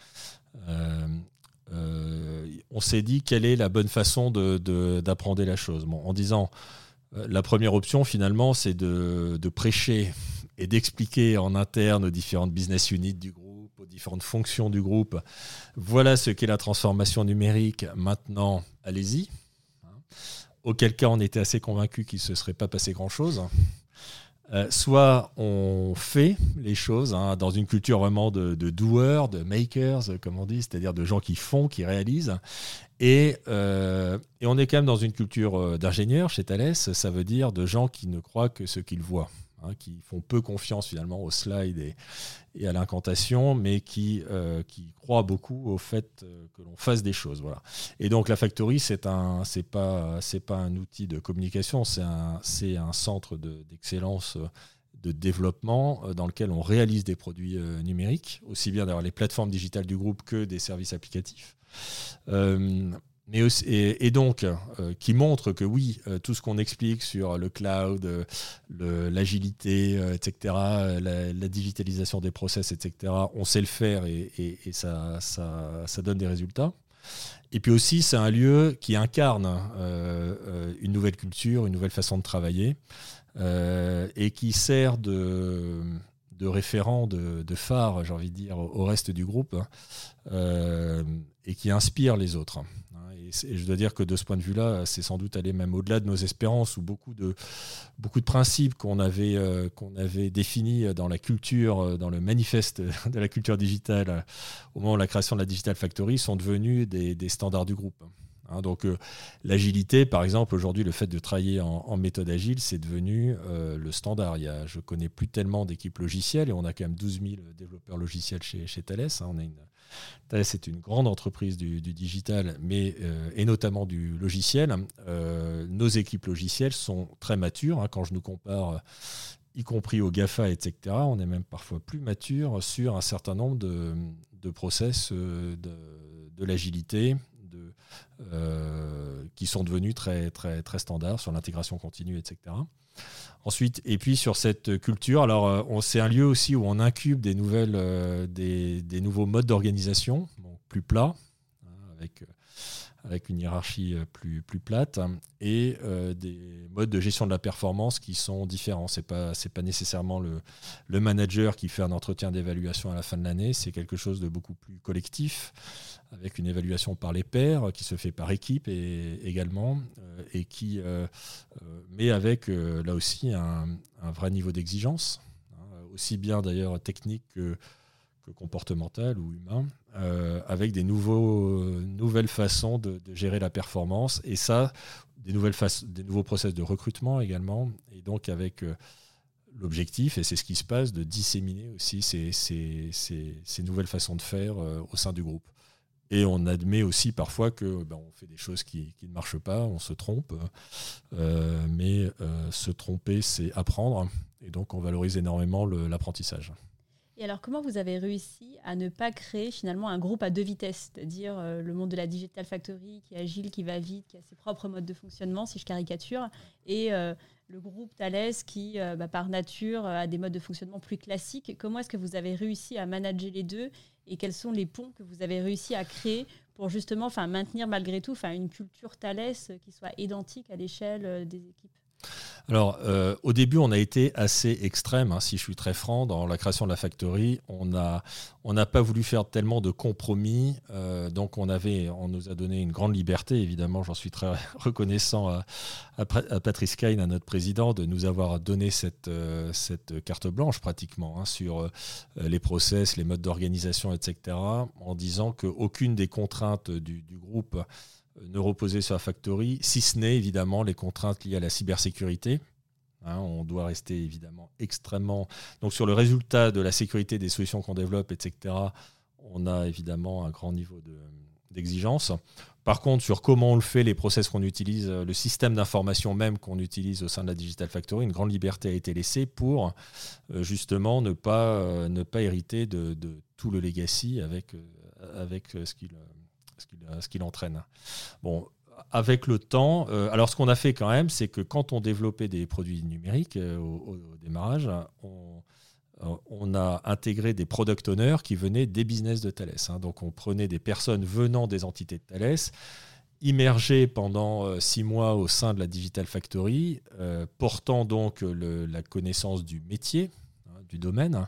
on s'est dit quelle est la bonne façon d'apprendre la chose. Bon, en disant, la première option finalement, c'est de prêcher et d'expliquer en interne aux différentes business units du groupe, aux différentes fonctions du groupe, voilà ce qu'est la transformation numérique, maintenant allez-y. Auquel cas on était assez convaincus qu'il ne se serait pas passé grand-chose. Soit on fait les choses dans une culture vraiment de doers, de makers, comme on dit, c'est-à-dire de gens qui font, qui réalisent. Et on est quand même dans une culture d'ingénieurs chez Thales, ça veut dire de gens qui ne croient que ce qu'ils voient, qui font peu confiance finalement aux slides et à l'incantation, mais qui croient beaucoup au fait que l'on fasse des choses. Voilà. Et donc la factory, c'est pas un outil de communication, c'est un centre d'excellence de développement dans lequel on réalise des produits numériques, aussi bien d'ailleurs les plateformes digitales du groupe que des services applicatifs. Mais aussi, et donc, qui montre que oui, tout ce qu'on explique sur le cloud, l'agilité, etc., la digitalisation des process, etc., on sait le faire et ça donne des résultats. Et puis aussi, c'est un lieu qui incarne une nouvelle culture, une nouvelle façon de travailler et qui sert de référent, de phare, j'ai envie de dire, au reste du groupe et qui inspire les autres. Et je dois dire que de ce point de vue-là, c'est sans doute aller même au-delà de nos espérances, où beaucoup de principes qu'on avait définis dans la culture, dans le manifeste de la culture digitale, au moment de la création de la Digital Factory, sont devenus des standards du groupe. Donc l'agilité, par exemple, aujourd'hui, le fait de travailler en méthode agile, c'est devenu le standard. Je ne connais plus tellement d'équipes logicielles, et on a quand même 12 000 développeurs logiciels chez Thales. Thales est une grande entreprise du digital, et notamment du logiciel. Nos équipes logicielles sont très matures. Quand je nous compare, y compris aux GAFA, etc., on est même parfois plus mature sur un certain nombre de process de l'agilité, qui sont devenus très, très, très standards sur l'intégration continue, etc. Ensuite, et puis sur cette culture, alors c'est un lieu aussi où on incube des nouveaux modes d'organisation, plus plats, avec une hiérarchie plus plate, et des modes de gestion de la performance qui sont différents. C'est pas nécessairement le manager qui fait un entretien d'évaluation à la fin de l'année, c'est quelque chose de beaucoup plus collectif, avec une évaluation par les pairs, qui se fait par équipe également, et qui met avec là aussi un vrai niveau d'exigence, aussi bien d'ailleurs technique que comportemental ou humain, avec des nouvelles façons de gérer la performance, et ça, des nouveaux process de recrutement également, et donc avec l'objectif, et c'est ce qui se passe, de disséminer aussi ces nouvelles façons de faire au sein du groupe. Et on admet aussi parfois que on fait des choses qui ne marchent pas, on se trompe, mais se tromper, c'est apprendre, et donc on valorise énormément l'apprentissage. Et alors, comment vous avez réussi à ne pas créer finalement un groupe à 2 vitesses, c'est-à-dire le monde de la Digital Factory qui est agile, qui va vite, qui a ses propres modes de fonctionnement, si je caricature, et le groupe Thales qui, par nature, a des modes de fonctionnement plus classiques. Comment est-ce que vous avez réussi à manager les deux, et quels sont les ponts que vous avez réussi à créer pour justement maintenir malgré tout une culture Thales qui soit identique à l'échelle des équipes? Alors, au début, on a été assez extrême, si je suis très franc, dans la création de la factory. On n'a pas voulu faire tellement de compromis, donc on nous a donné une grande liberté, évidemment, j'en suis très reconnaissant à Patrice Caine, à notre président, de nous avoir donné cette carte blanche pratiquement sur les process, les modes d'organisation, etc., en disant qu'aucune des contraintes du groupe ne reposer sur la factory, si ce n'est évidemment les contraintes liées à la cybersécurité. On doit rester évidemment extrêmement... Donc sur le résultat de la sécurité des solutions qu'on développe, etc., on a évidemment un grand niveau d'exigence. Par contre, sur comment on le fait, les process qu'on utilise, le système d'information même qu'on utilise au sein de la Digital Factory, une grande liberté a été laissée pour justement ne pas hériter de tout le legacy avec ce qu'il entraîne. Bon, avec le temps, alors ce qu'on a fait quand même, c'est que quand on développait des produits numériques au démarrage, on a intégré des product owners qui venaient des business de Thales. Donc on prenait des personnes venant des entités de Thales, immergées pendant 6 mois au sein de la Digital Factory, portant donc la connaissance du métier, du domaine,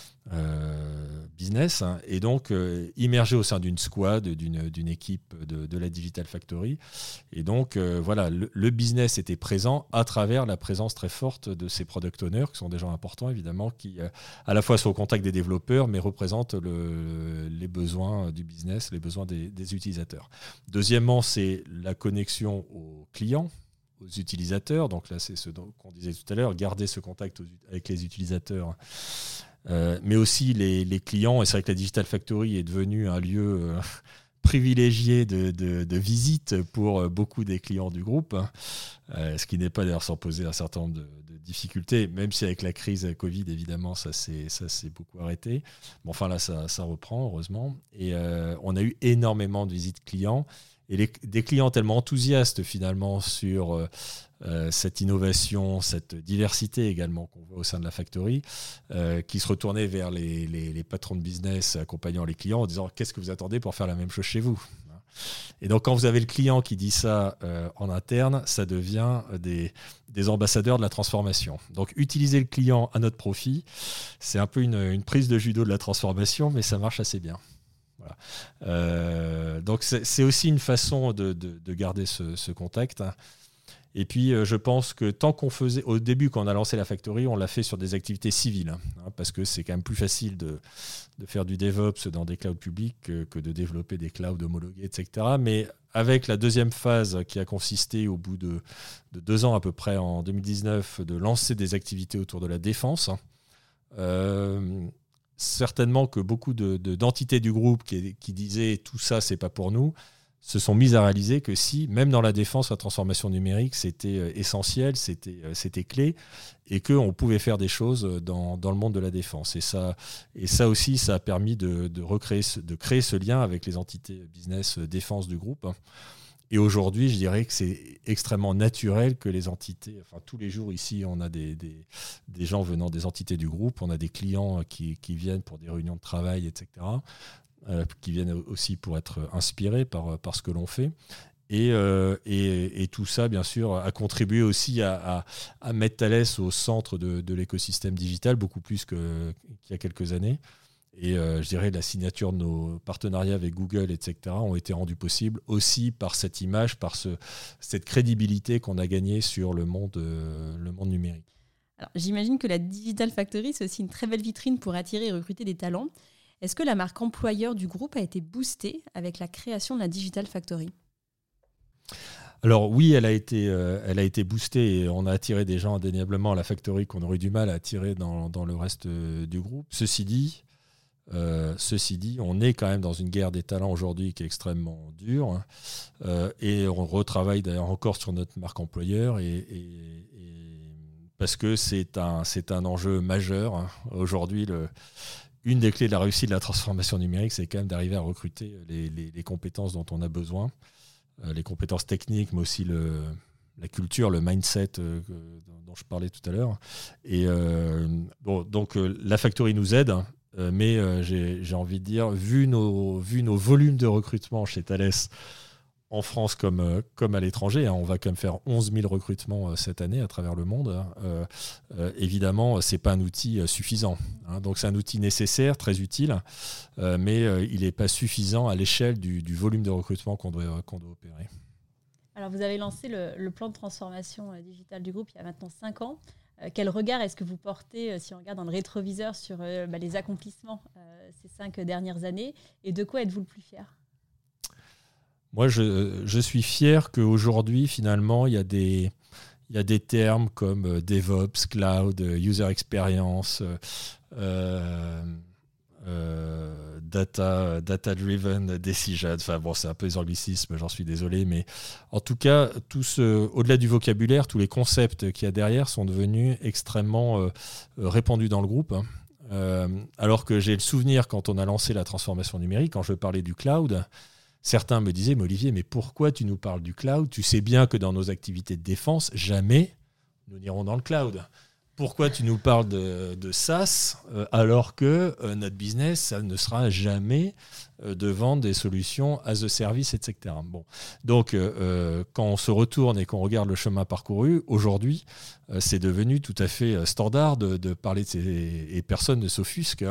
business, et donc immergé au sein d'une squad, d'une équipe de la Digital Factory. Et donc voilà, le business était présent à travers la présence très forte de ces product owners, qui sont des gens importants évidemment, qui à la fois sont au contact des développeurs, mais représentent les besoins du business, les besoins des utilisateurs. Deuxièmement, c'est la connexion aux clients, aux utilisateurs. Donc là, c'est ce qu'on disait tout à l'heure, garder ce contact avec les utilisateurs, mais aussi les clients. Et c'est vrai que la Digital Factory est devenue un lieu privilégié de visite pour beaucoup des clients du groupe, ce qui n'est pas d'ailleurs sans poser un certain nombre de difficultés, même si avec la crise Covid, évidemment, ça s'est beaucoup arrêté. Bon, enfin là, ça reprend, heureusement. Et on a eu énormément de visites clients. Et des clients tellement enthousiastes finalement sur cette innovation, cette diversité également qu'on voit au sein de la factory, qui se retournaient vers les patrons de business accompagnant les clients en disant « Qu'est-ce que vous attendez pour faire la même chose chez vous ?» Et donc quand vous avez le client qui dit ça en interne, ça devient des ambassadeurs de la transformation. Donc utiliser le client à notre profit, c'est un peu une prise de judo de la transformation, mais ça marche assez bien. Voilà. Donc c'est aussi une façon de garder ce contact. Et puis je pense que tant qu'on faisait, au début quand on a lancé la factory, on l'a fait sur des activités civiles, parce que c'est quand même plus facile de faire du DevOps dans des clouds publics que de développer des clouds homologués, etc. Mais avec la deuxième phase qui a consisté au bout de 2 ans à peu près en 2019 de lancer des activités autour de la défense, certainement que beaucoup d'entités du groupe qui disaient tout ça, c'est pas pour nous, se sont mises à réaliser que si, même dans la défense, la transformation numérique, c'était essentiel, c'était clé, et qu'on pouvait faire des choses dans le monde de la défense. Et ça aussi, ça a permis de créer ce lien avec les entités business défense du groupe. Et aujourd'hui, je dirais que c'est extrêmement naturel que les entités, enfin tous les jours ici, on a des gens venant des entités du groupe, on a des clients qui viennent pour des réunions de travail, etc., qui viennent aussi pour être inspirés par ce que l'on fait. Et tout ça, bien sûr, a contribué aussi à mettre Thales au centre de l'écosystème digital, beaucoup plus qu'il y a quelques années. Et je dirais la signature de nos partenariats avec Google, etc., ont été rendus possibles aussi par cette image, par cette crédibilité qu'on a gagnée sur le monde numérique. Alors, j'imagine que la Digital Factory, c'est aussi une très belle vitrine pour attirer et recruter des talents. Est-ce que la marque employeur du groupe a été boostée avec la création de la Digital Factory ? Alors oui, elle a été boostée et on a attiré des gens indéniablement à la Factory qu'on aurait du mal à attirer dans le reste du groupe. Ceci dit, on est quand même dans une guerre des talents aujourd'hui qui est extrêmement dure, et on retravaille d'ailleurs encore sur notre marque employeur et parce que c'est un enjeu majeur. Aujourd'hui, une des clés de la réussite de la transformation numérique, c'est quand même d'arriver à recruter les compétences dont on a besoin, les compétences techniques, mais aussi la culture, le mindset dont je parlais tout à l'heure. Et donc la Factory nous aide. Mais j'ai envie de dire, vu nos volumes de recrutement chez Thales, en France comme à l'étranger, on va quand même faire 11 000 recrutements cette année à travers le monde. Évidemment, ce n'est pas un outil suffisant. Donc c'est un outil nécessaire, très utile, mais il n'est pas suffisant à l'échelle du volume de recrutement qu'on doit opérer. Alors vous avez lancé le plan de transformation digitale du groupe il y a maintenant 5 ans. Quel regard est-ce que vous portez, si on regarde dans le rétroviseur, sur les accomplissements ces 5 dernières années, et de quoi êtes-vous le plus fier ? Moi, je suis fier qu'aujourd'hui, finalement, il y a des termes comme DevOps, Cloud, User Experience, Data-Driven Decision. Enfin bon, c'est un peu des anglicismes, j'en suis désolé, mais en tout cas, au-delà du vocabulaire, tous les concepts qu'il y a derrière sont devenus extrêmement répandus dans le groupe. Alors que j'ai le souvenir, quand on a lancé la transformation numérique, quand je parlais du cloud, certains me disaient, mais Olivier, mais pourquoi tu nous parles du cloud ? Tu sais bien que dans nos activités de défense, jamais nous n'irons dans le cloud. Pourquoi tu nous parles de SaaS alors que notre business, ça ne sera jamais de vendre des solutions as a service, etc. Bon. Donc, quand on se retourne et qu'on regarde le chemin parcouru, aujourd'hui, c'est devenu tout à fait standard de parler de ces... Et personne ne s'offusque.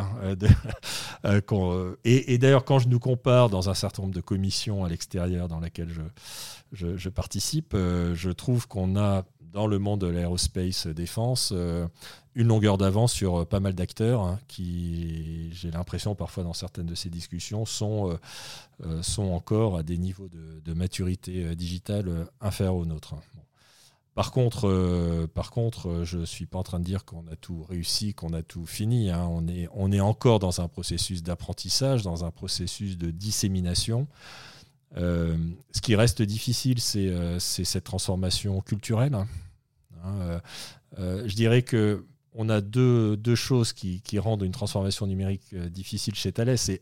Et d'ailleurs, quand je nous compare dans un certain nombre de commissions à l'extérieur dans lesquelles je participe, je trouve qu'on a dans le monde de l'aérospace défense, une longueur d'avance sur pas mal d'acteurs qui, j'ai l'impression parfois dans certaines de ces discussions, sont encore à des niveaux de maturité digitale inférieurs aux nôtres. Bon. Par contre, je ne suis pas en train de dire qu'on a tout réussi, qu'on a tout fini. On est encore dans un processus d'apprentissage, dans un processus de dissémination. Ce qui reste difficile, c'est cette transformation culturelle. Je dirais qu'on a deux choses qui rendent une transformation numérique difficile chez Thales. C'est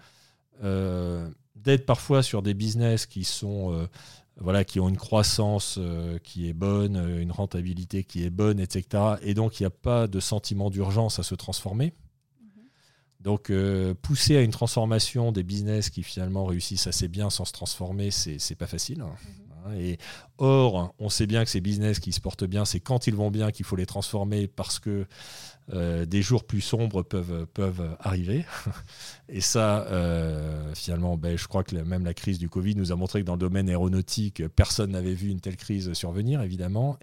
d'être parfois sur des business qui sont qui ont une croissance qui est bonne, une rentabilité qui est bonne, etc. Et donc il n'y a pas de sentiment d'urgence à se transformer. Donc, pousser à une transformation des business qui finalement réussissent assez bien sans se transformer, c'est pas facile. Et or, on sait bien que ces business qui se portent bien, c'est quand ils vont bien qu'il faut les transformer parce que des jours plus sombres peuvent arriver. Et ça, finalement, je crois que même la crise du Covid nous a montré que dans le domaine aéronautique, personne n'avait vu une telle crise survenir, évidemment.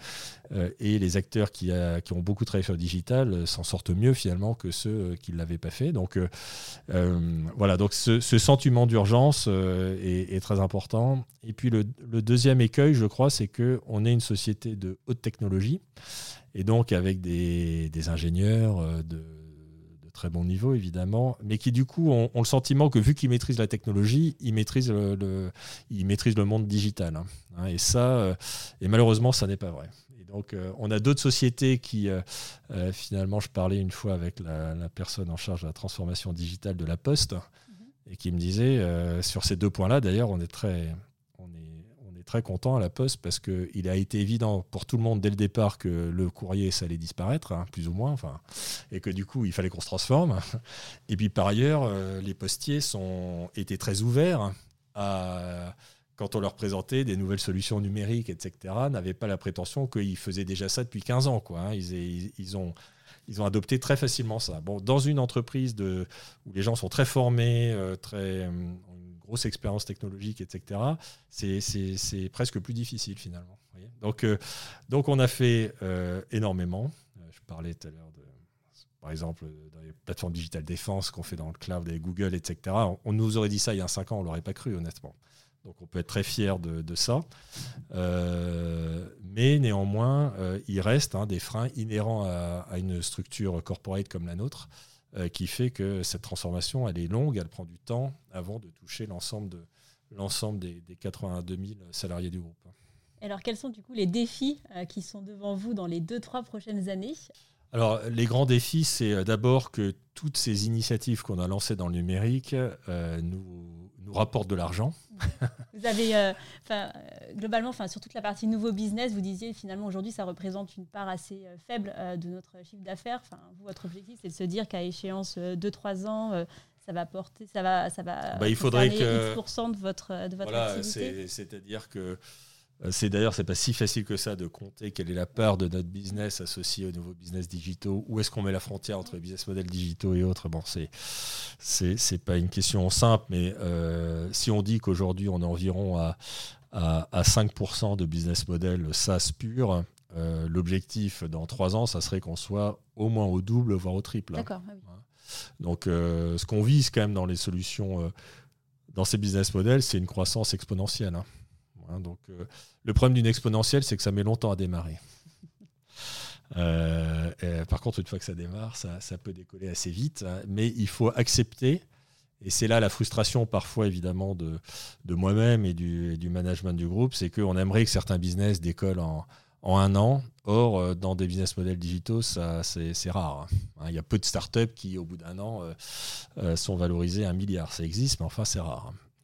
Et les acteurs qui ont beaucoup travaillé sur le digital s'en sortent mieux, finalement, que ceux qui ne l'avaient pas fait. Donc, donc ce sentiment d'urgence est très important. Et puis, le deuxième écueil, je crois, c'est qu'on est une société de haute technologie. Et donc avec des ingénieurs de très bon niveau, évidemment, mais qui du coup ont le sentiment que vu qu'ils maîtrisent la technologie, ils maîtrisent le monde digital. Et ça, et malheureusement, ça n'est pas vrai. Et donc on a d'autres sociétés qui, finalement, je parlais une fois avec la personne en charge de la transformation digitale de la Poste, et qui me disait, sur ces deux points-là, d'ailleurs, on est très content à la Poste parce qu'il a été évident pour tout le monde dès le départ que le courrier ça allait disparaître, plus ou moins, et que du coup il fallait qu'on se transforme. Et puis par ailleurs, les postiers étaient très ouverts quand on leur présentait des nouvelles solutions numériques, etc., n'avaient pas la prétention qu'ils faisaient déjà ça depuis 15 ans. Ils ont adopté très facilement ça. Bon, dans une entreprise où les gens sont très formés, grosse expérience technologique, etc., c'est presque plus difficile finalement. Donc on a fait énormément. Je parlais tout à l'heure par exemple, dans les plateformes digitales défense qu'on fait dans le cloud avec Google, etc. On nous aurait dit ça il y a 5 ans, on ne l'aurait pas cru, honnêtement. Donc on peut être très fier de ça. Mais néanmoins, il reste des freins inhérents à une structure corporate comme la nôtre, qui fait que cette transformation, elle est longue, elle prend du temps avant de toucher l'ensemble des 82 000 salariés du groupe. Alors, quels sont du coup les défis qui sont devant vous dans les 2-3 prochaines années ? Alors, les grands défis, c'est d'abord que toutes ces initiatives qu'on a lancées dans le numérique nous rapportent de l'argent. Vous avez, globalement, sur toute la partie nouveau business, vous disiez finalement aujourd'hui, ça représente une part assez faible de notre chiffre d'affaires. Vous, votre objectif, c'est de se dire qu'à échéance 2-3 ans, ça va il faudrait que X% de votre activité. C'est-à-dire que c'est pas si facile que ça de compter quelle est la part de notre business associée aux nouveaux business digitaux. Où est-ce qu'on met la frontière entre les business models digitaux et autres ? Bon, c'est pas une question simple, mais si on dit qu'aujourd'hui on est environ à 5% de business model SaaS pur, l'objectif dans 3 ans, ça serait qu'on soit au moins au double, voire au triple. D'accord. Oui. Donc, ce qu'on vise quand même dans les solutions, dans ces business models, c'est une croissance exponentielle. Donc, le problème d'une exponentielle, c'est que ça met longtemps à démarrer. Par contre, une fois que ça démarre, ça peut décoller assez vite. Mais il faut accepter, et c'est là la frustration parfois évidemment de moi-même et du management du groupe, c'est qu'on aimerait que certains business décollent en 1 an. Or, dans des business models digitaux, c'est rare. Il y a peu de startups qui, au bout d'1 an, sont valorisées 1 milliard. Ça existe, mais enfin, c'est rare.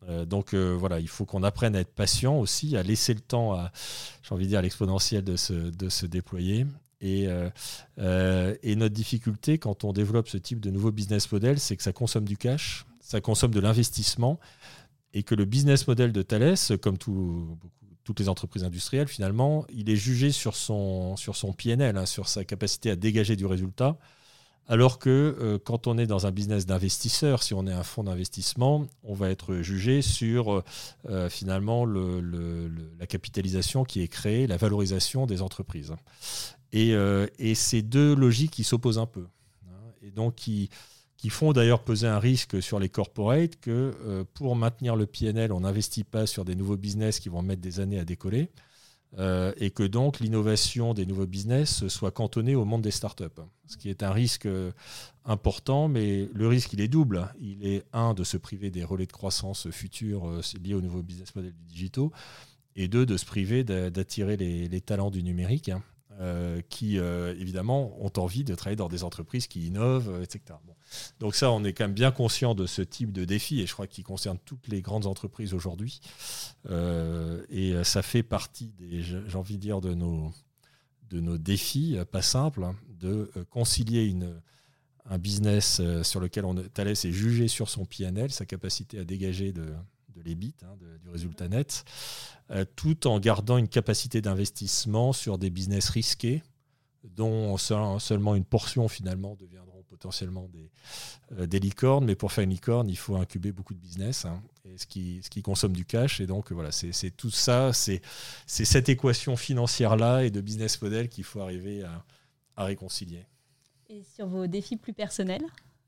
Voilà, il faut qu'on apprenne à être patient aussi, à laisser le temps à, j'ai envie de dire, à l'exponentielle de se déployer. Et notre difficulté quand on développe ce type de nouveau business model, c'est que ça consomme du cash, ça consomme de l'investissement, et que le business model de Thales, comme toutes les entreprises industrielles, finalement, il est jugé sur son PNL, hein, sur sa capacité à dégager du résultat. Alors que quand on est dans un business d'investisseur, si on est un fonds d'investissement, on va être jugé sur finalement la capitalisation qui est créée, la valorisation des entreprises. Et ces deux logiques qui s'opposent un peu. Et donc qui font d'ailleurs peser un risque sur les corporates que pour maintenir le PNL, on n'investit pas sur des nouveaux business qui vont mettre des années à décoller. Et que donc l'innovation des nouveaux business soit cantonnée au monde des startups. Ce qui est un risque important, mais le risque, il est double. Il est, de se priver des relais de croissance futurs liés au nouveau business model du digitaux, et de se priver d'attirer les talents du numérique, qui, évidemment, ont envie de travailler dans des entreprises qui innovent, etc. Bon. Donc ça, on est quand même bien conscient de ce type de défi, et je crois qu'il concerne toutes les grandes entreprises aujourd'hui. Et ça fait partie, j'ai envie de dire, de nos défis, pas simples, hein, de concilier un business sur lequel Thales est jugé sur son PNL, sa capacité à dégager de l'EBIT, hein, du résultat net, tout en gardant une capacité d'investissement sur des business risqués, dont seulement une portion finalement deviendront potentiellement des licornes. Mais pour faire une licorne, il faut incuber beaucoup de business, hein, et ce qui consomme du cash. Et donc voilà, c'est tout ça, c'est cette équation financière-là et de business model qu'il faut arriver à réconcilier. Et sur vos défis plus personnels ?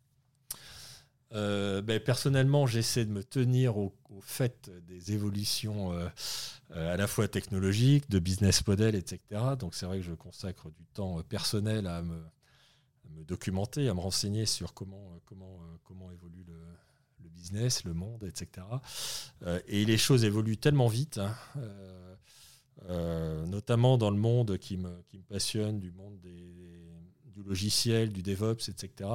Personnellement, j'essaie de me tenir au fait des évolutions à la fois technologiques, de business model, etc. Donc c'est vrai que je consacre du temps personnel à me documenter, à me renseigner sur comment évolue le business, le monde, etc. Et les choses évoluent tellement vite, hein, notamment dans le monde qui me passionne, du monde du logiciel, du DevOps, etc.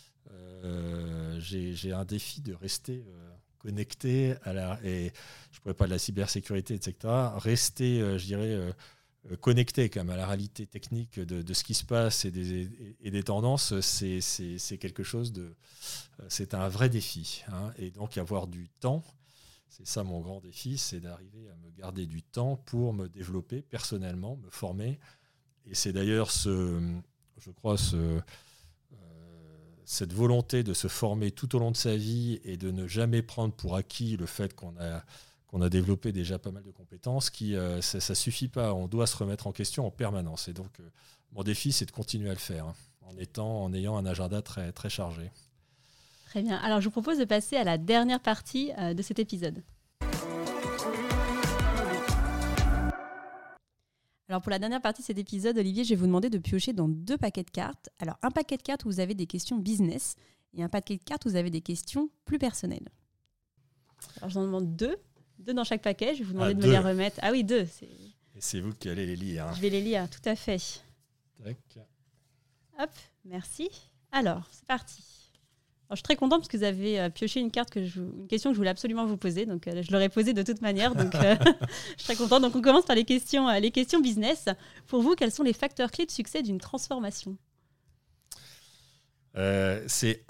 J'ai un défi de rester connecté et je pourrais parler de la cybersécurité, etc. Rester, je dirais, connecté quand même à la réalité technique de ce qui se passe et des tendances, c'est quelque chose c'est un vrai défi, hein. Et donc avoir du temps, c'est ça mon grand défi, c'est d'arriver à me garder du temps pour me développer personnellement, me former. Et c'est d'ailleurs je crois cette volonté de se former tout au long de sa vie et de ne jamais prendre pour acquis le fait qu'on a développé déjà pas mal de compétences, ça suffit pas, on doit se remettre en question en permanence. Et donc, mon défi, c'est de continuer à le faire, hein, en ayant un agenda très, très chargé. Très bien. Alors, je vous propose de passer à la dernière partie de cet épisode. Alors pour la dernière partie de cet épisode, Olivier, je vais vous demander de piocher dans 2 paquets de cartes. Alors un paquet de cartes où vous avez des questions business et un paquet de cartes où vous avez des questions plus personnelles. Alors je vous en demande 2 dans chaque paquet. Je vais vous demander de me les remettre. Ah oui, 2. Et c'est vous qui allez les lire, hein. Je vais les lire, tout à fait. Tac. Hop, merci. Alors, c'est parti. Alors, je suis très contente parce que vous avez pioché une question que je voulais absolument vous poser. Donc, je l'aurais posée de toute manière. Donc, je suis très contente. Donc, on commence par les questions business. Pour vous, quels sont les facteurs clés de succès d'une transformation ? C'est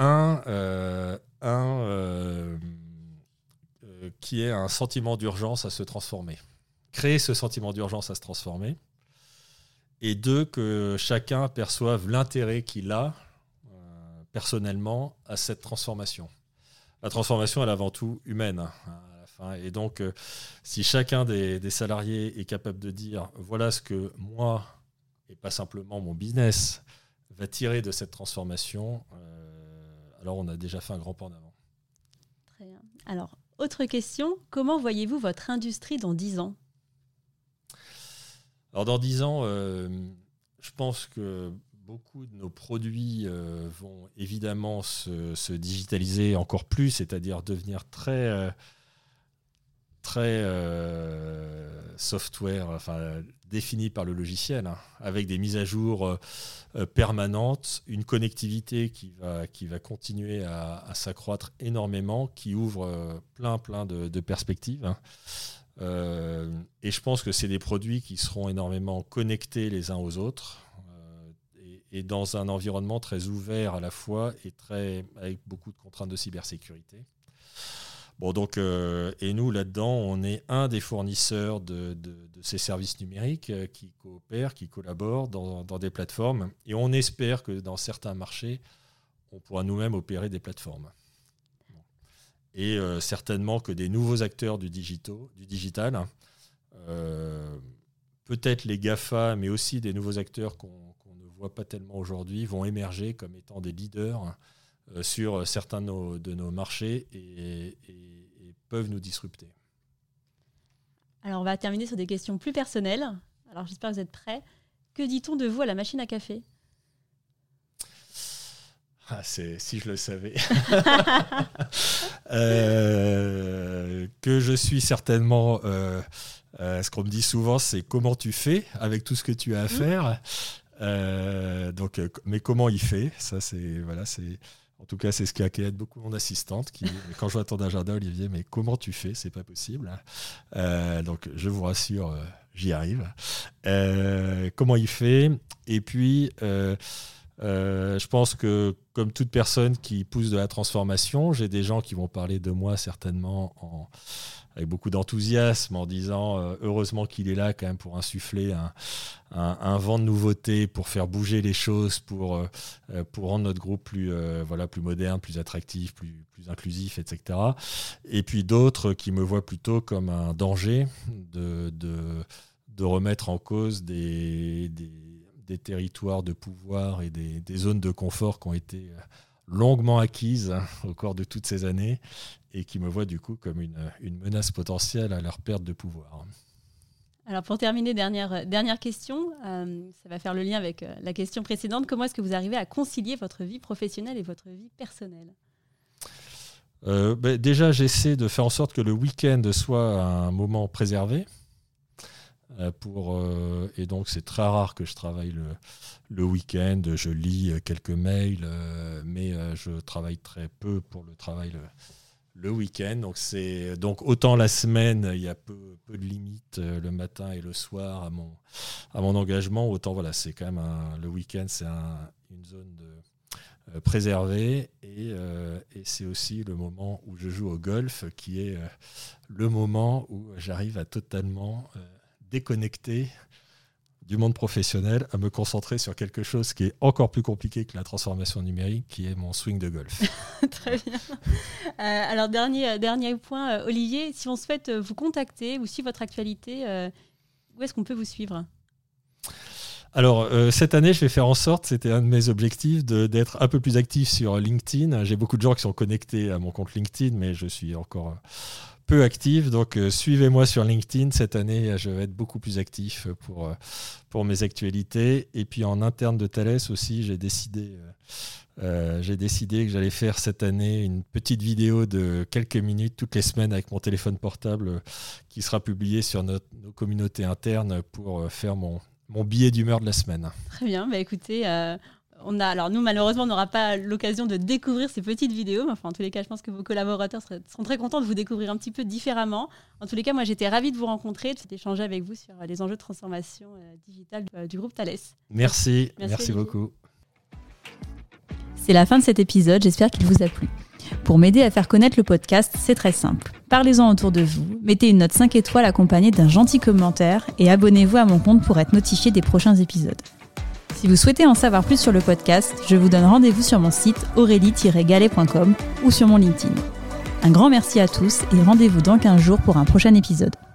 qui est un sentiment d'urgence à se transformer. Créer ce sentiment d'urgence à se transformer. Et 2, que chacun perçoive l'intérêt qu'il a personnellement à cette transformation. La transformation, elle est avant tout humaine, hein, à la fin. Et donc, si chacun des salariés est capable de dire « voilà ce que moi, et pas simplement mon business, va tirer de cette transformation », alors on a déjà fait un grand pas en avant. Très bien. Alors, autre question, comment voyez-vous votre industrie dans 10 ans ? Alors, dans 10 ans, je pense que beaucoup de nos produits vont évidemment se digitaliser encore plus, c'est-à-dire devenir très software, défini par le logiciel, avec des mises à jour permanentes, une connectivité qui va continuer à s'accroître énormément, qui ouvre plein de perspectives. Et je pense que c'est des produits qui seront énormément connectés les uns aux autres et dans un environnement très ouvert à la fois et avec beaucoup de contraintes de cybersécurité. Bon, donc, et nous, là-dedans, on est un des fournisseurs de ces services numériques qui coopèrent, qui collaborent dans des plateformes. Et on espère que dans certains marchés, on pourra nous-mêmes opérer des plateformes. Et certainement que des nouveaux acteurs du digital, peut-être les GAFA, mais aussi des nouveaux acteurs qu'on ne voit pas tellement aujourd'hui, vont émerger comme étant des leaders sur certains de nos marchés et peuvent nous disrupter. Alors, on va terminer sur des questions plus personnelles. Alors, j'espère que vous êtes prêts. Que dit-on de vous à la machine à café ? Si je le savais. Que je suis certainement... ce qu'on me dit souvent, c'est comment tu fais avec tout ce que tu as à faire. Mais comment il fait ? Ça, c'est... En tout cas, c'est ce qui inquiète beaucoup mon assistante. Quand je vois ton agenda, Olivier, mais comment tu fais ? C'est pas possible. Donc, je vous rassure, j'y arrive. Comment il fait ? Et puis, je pense que, comme toute personne qui pousse de la transformation, j'ai des gens qui vont parler de moi certainement avec beaucoup d'enthousiasme en disant heureusement qu'il est là quand même pour insuffler un vent de nouveauté, pour faire bouger les choses, pour rendre notre groupe plus moderne, plus attractif, plus inclusif, etc. Et puis d'autres qui me voient plutôt comme un danger de remettre en cause des territoires de pouvoir et des zones de confort qui ont été longuement acquises au cours de toutes ces années et qui me voient du coup comme une menace potentielle à leur perte de pouvoir. Alors pour terminer, dernière question, ça va faire le lien avec la question précédente. Comment est-ce que vous arrivez à concilier votre vie professionnelle et votre vie personnelle ? Déjà, j'essaie de faire en sorte que le week-end soit un moment préservé. Et donc c'est très rare que je travaille le week-end. Je lis quelques mails, mais je travaille très peu pour le travail le week-end. Donc autant la semaine il y a peu de limites le matin et le soir à mon engagement, autant c'est quand même le week-end c'est une zone préservée et c'est aussi le moment où je joue au golf qui est le moment où j'arrive à totalement déconnecté du monde professionnel, à me concentrer sur quelque chose qui est encore plus compliqué que la transformation numérique, qui est mon swing de golf. Très bien. Alors, dernier point, Olivier, si on souhaite vous contacter ou suivre votre actualité, où est-ce qu'on peut vous suivre ? Alors, cette année, je vais faire en sorte, c'était un de mes objectifs, d'être un peu plus actif sur LinkedIn. J'ai beaucoup de gens qui sont connectés à mon compte LinkedIn, mais je suis encore peu actif. Donc, suivez-moi sur LinkedIn. Cette année, je vais être beaucoup plus actif pour mes actualités. Et puis, en interne de Thales aussi, j'ai décidé que j'allais faire cette année une petite vidéo de quelques minutes toutes les semaines avec mon téléphone portable qui sera publiée sur nos communautés internes pour faire mon billet d'humeur de la semaine. Très bien, écoutez, alors nous malheureusement on n'aura pas l'occasion de découvrir ces petites vidéos, mais en tous les cas je pense que vos collaborateurs seront très contents de vous découvrir un petit peu différemment. En tous les cas, moi j'étais ravie de vous rencontrer, d'échanger avec vous sur les enjeux de transformation digitale du groupe Thales. Merci beaucoup. C'est la fin de cet épisode, j'espère qu'il vous a plu. Pour m'aider à faire connaître le podcast, c'est très simple. Parlez-en autour de vous, mettez une note 5 étoiles accompagnée d'un gentil commentaire et abonnez-vous à mon compte pour être notifié des prochains épisodes. Si vous souhaitez en savoir plus sur le podcast, je vous donne rendez-vous sur mon site aurélie-gallet.com ou sur mon LinkedIn. Un grand merci à tous et rendez-vous dans 15 jours pour un prochain épisode.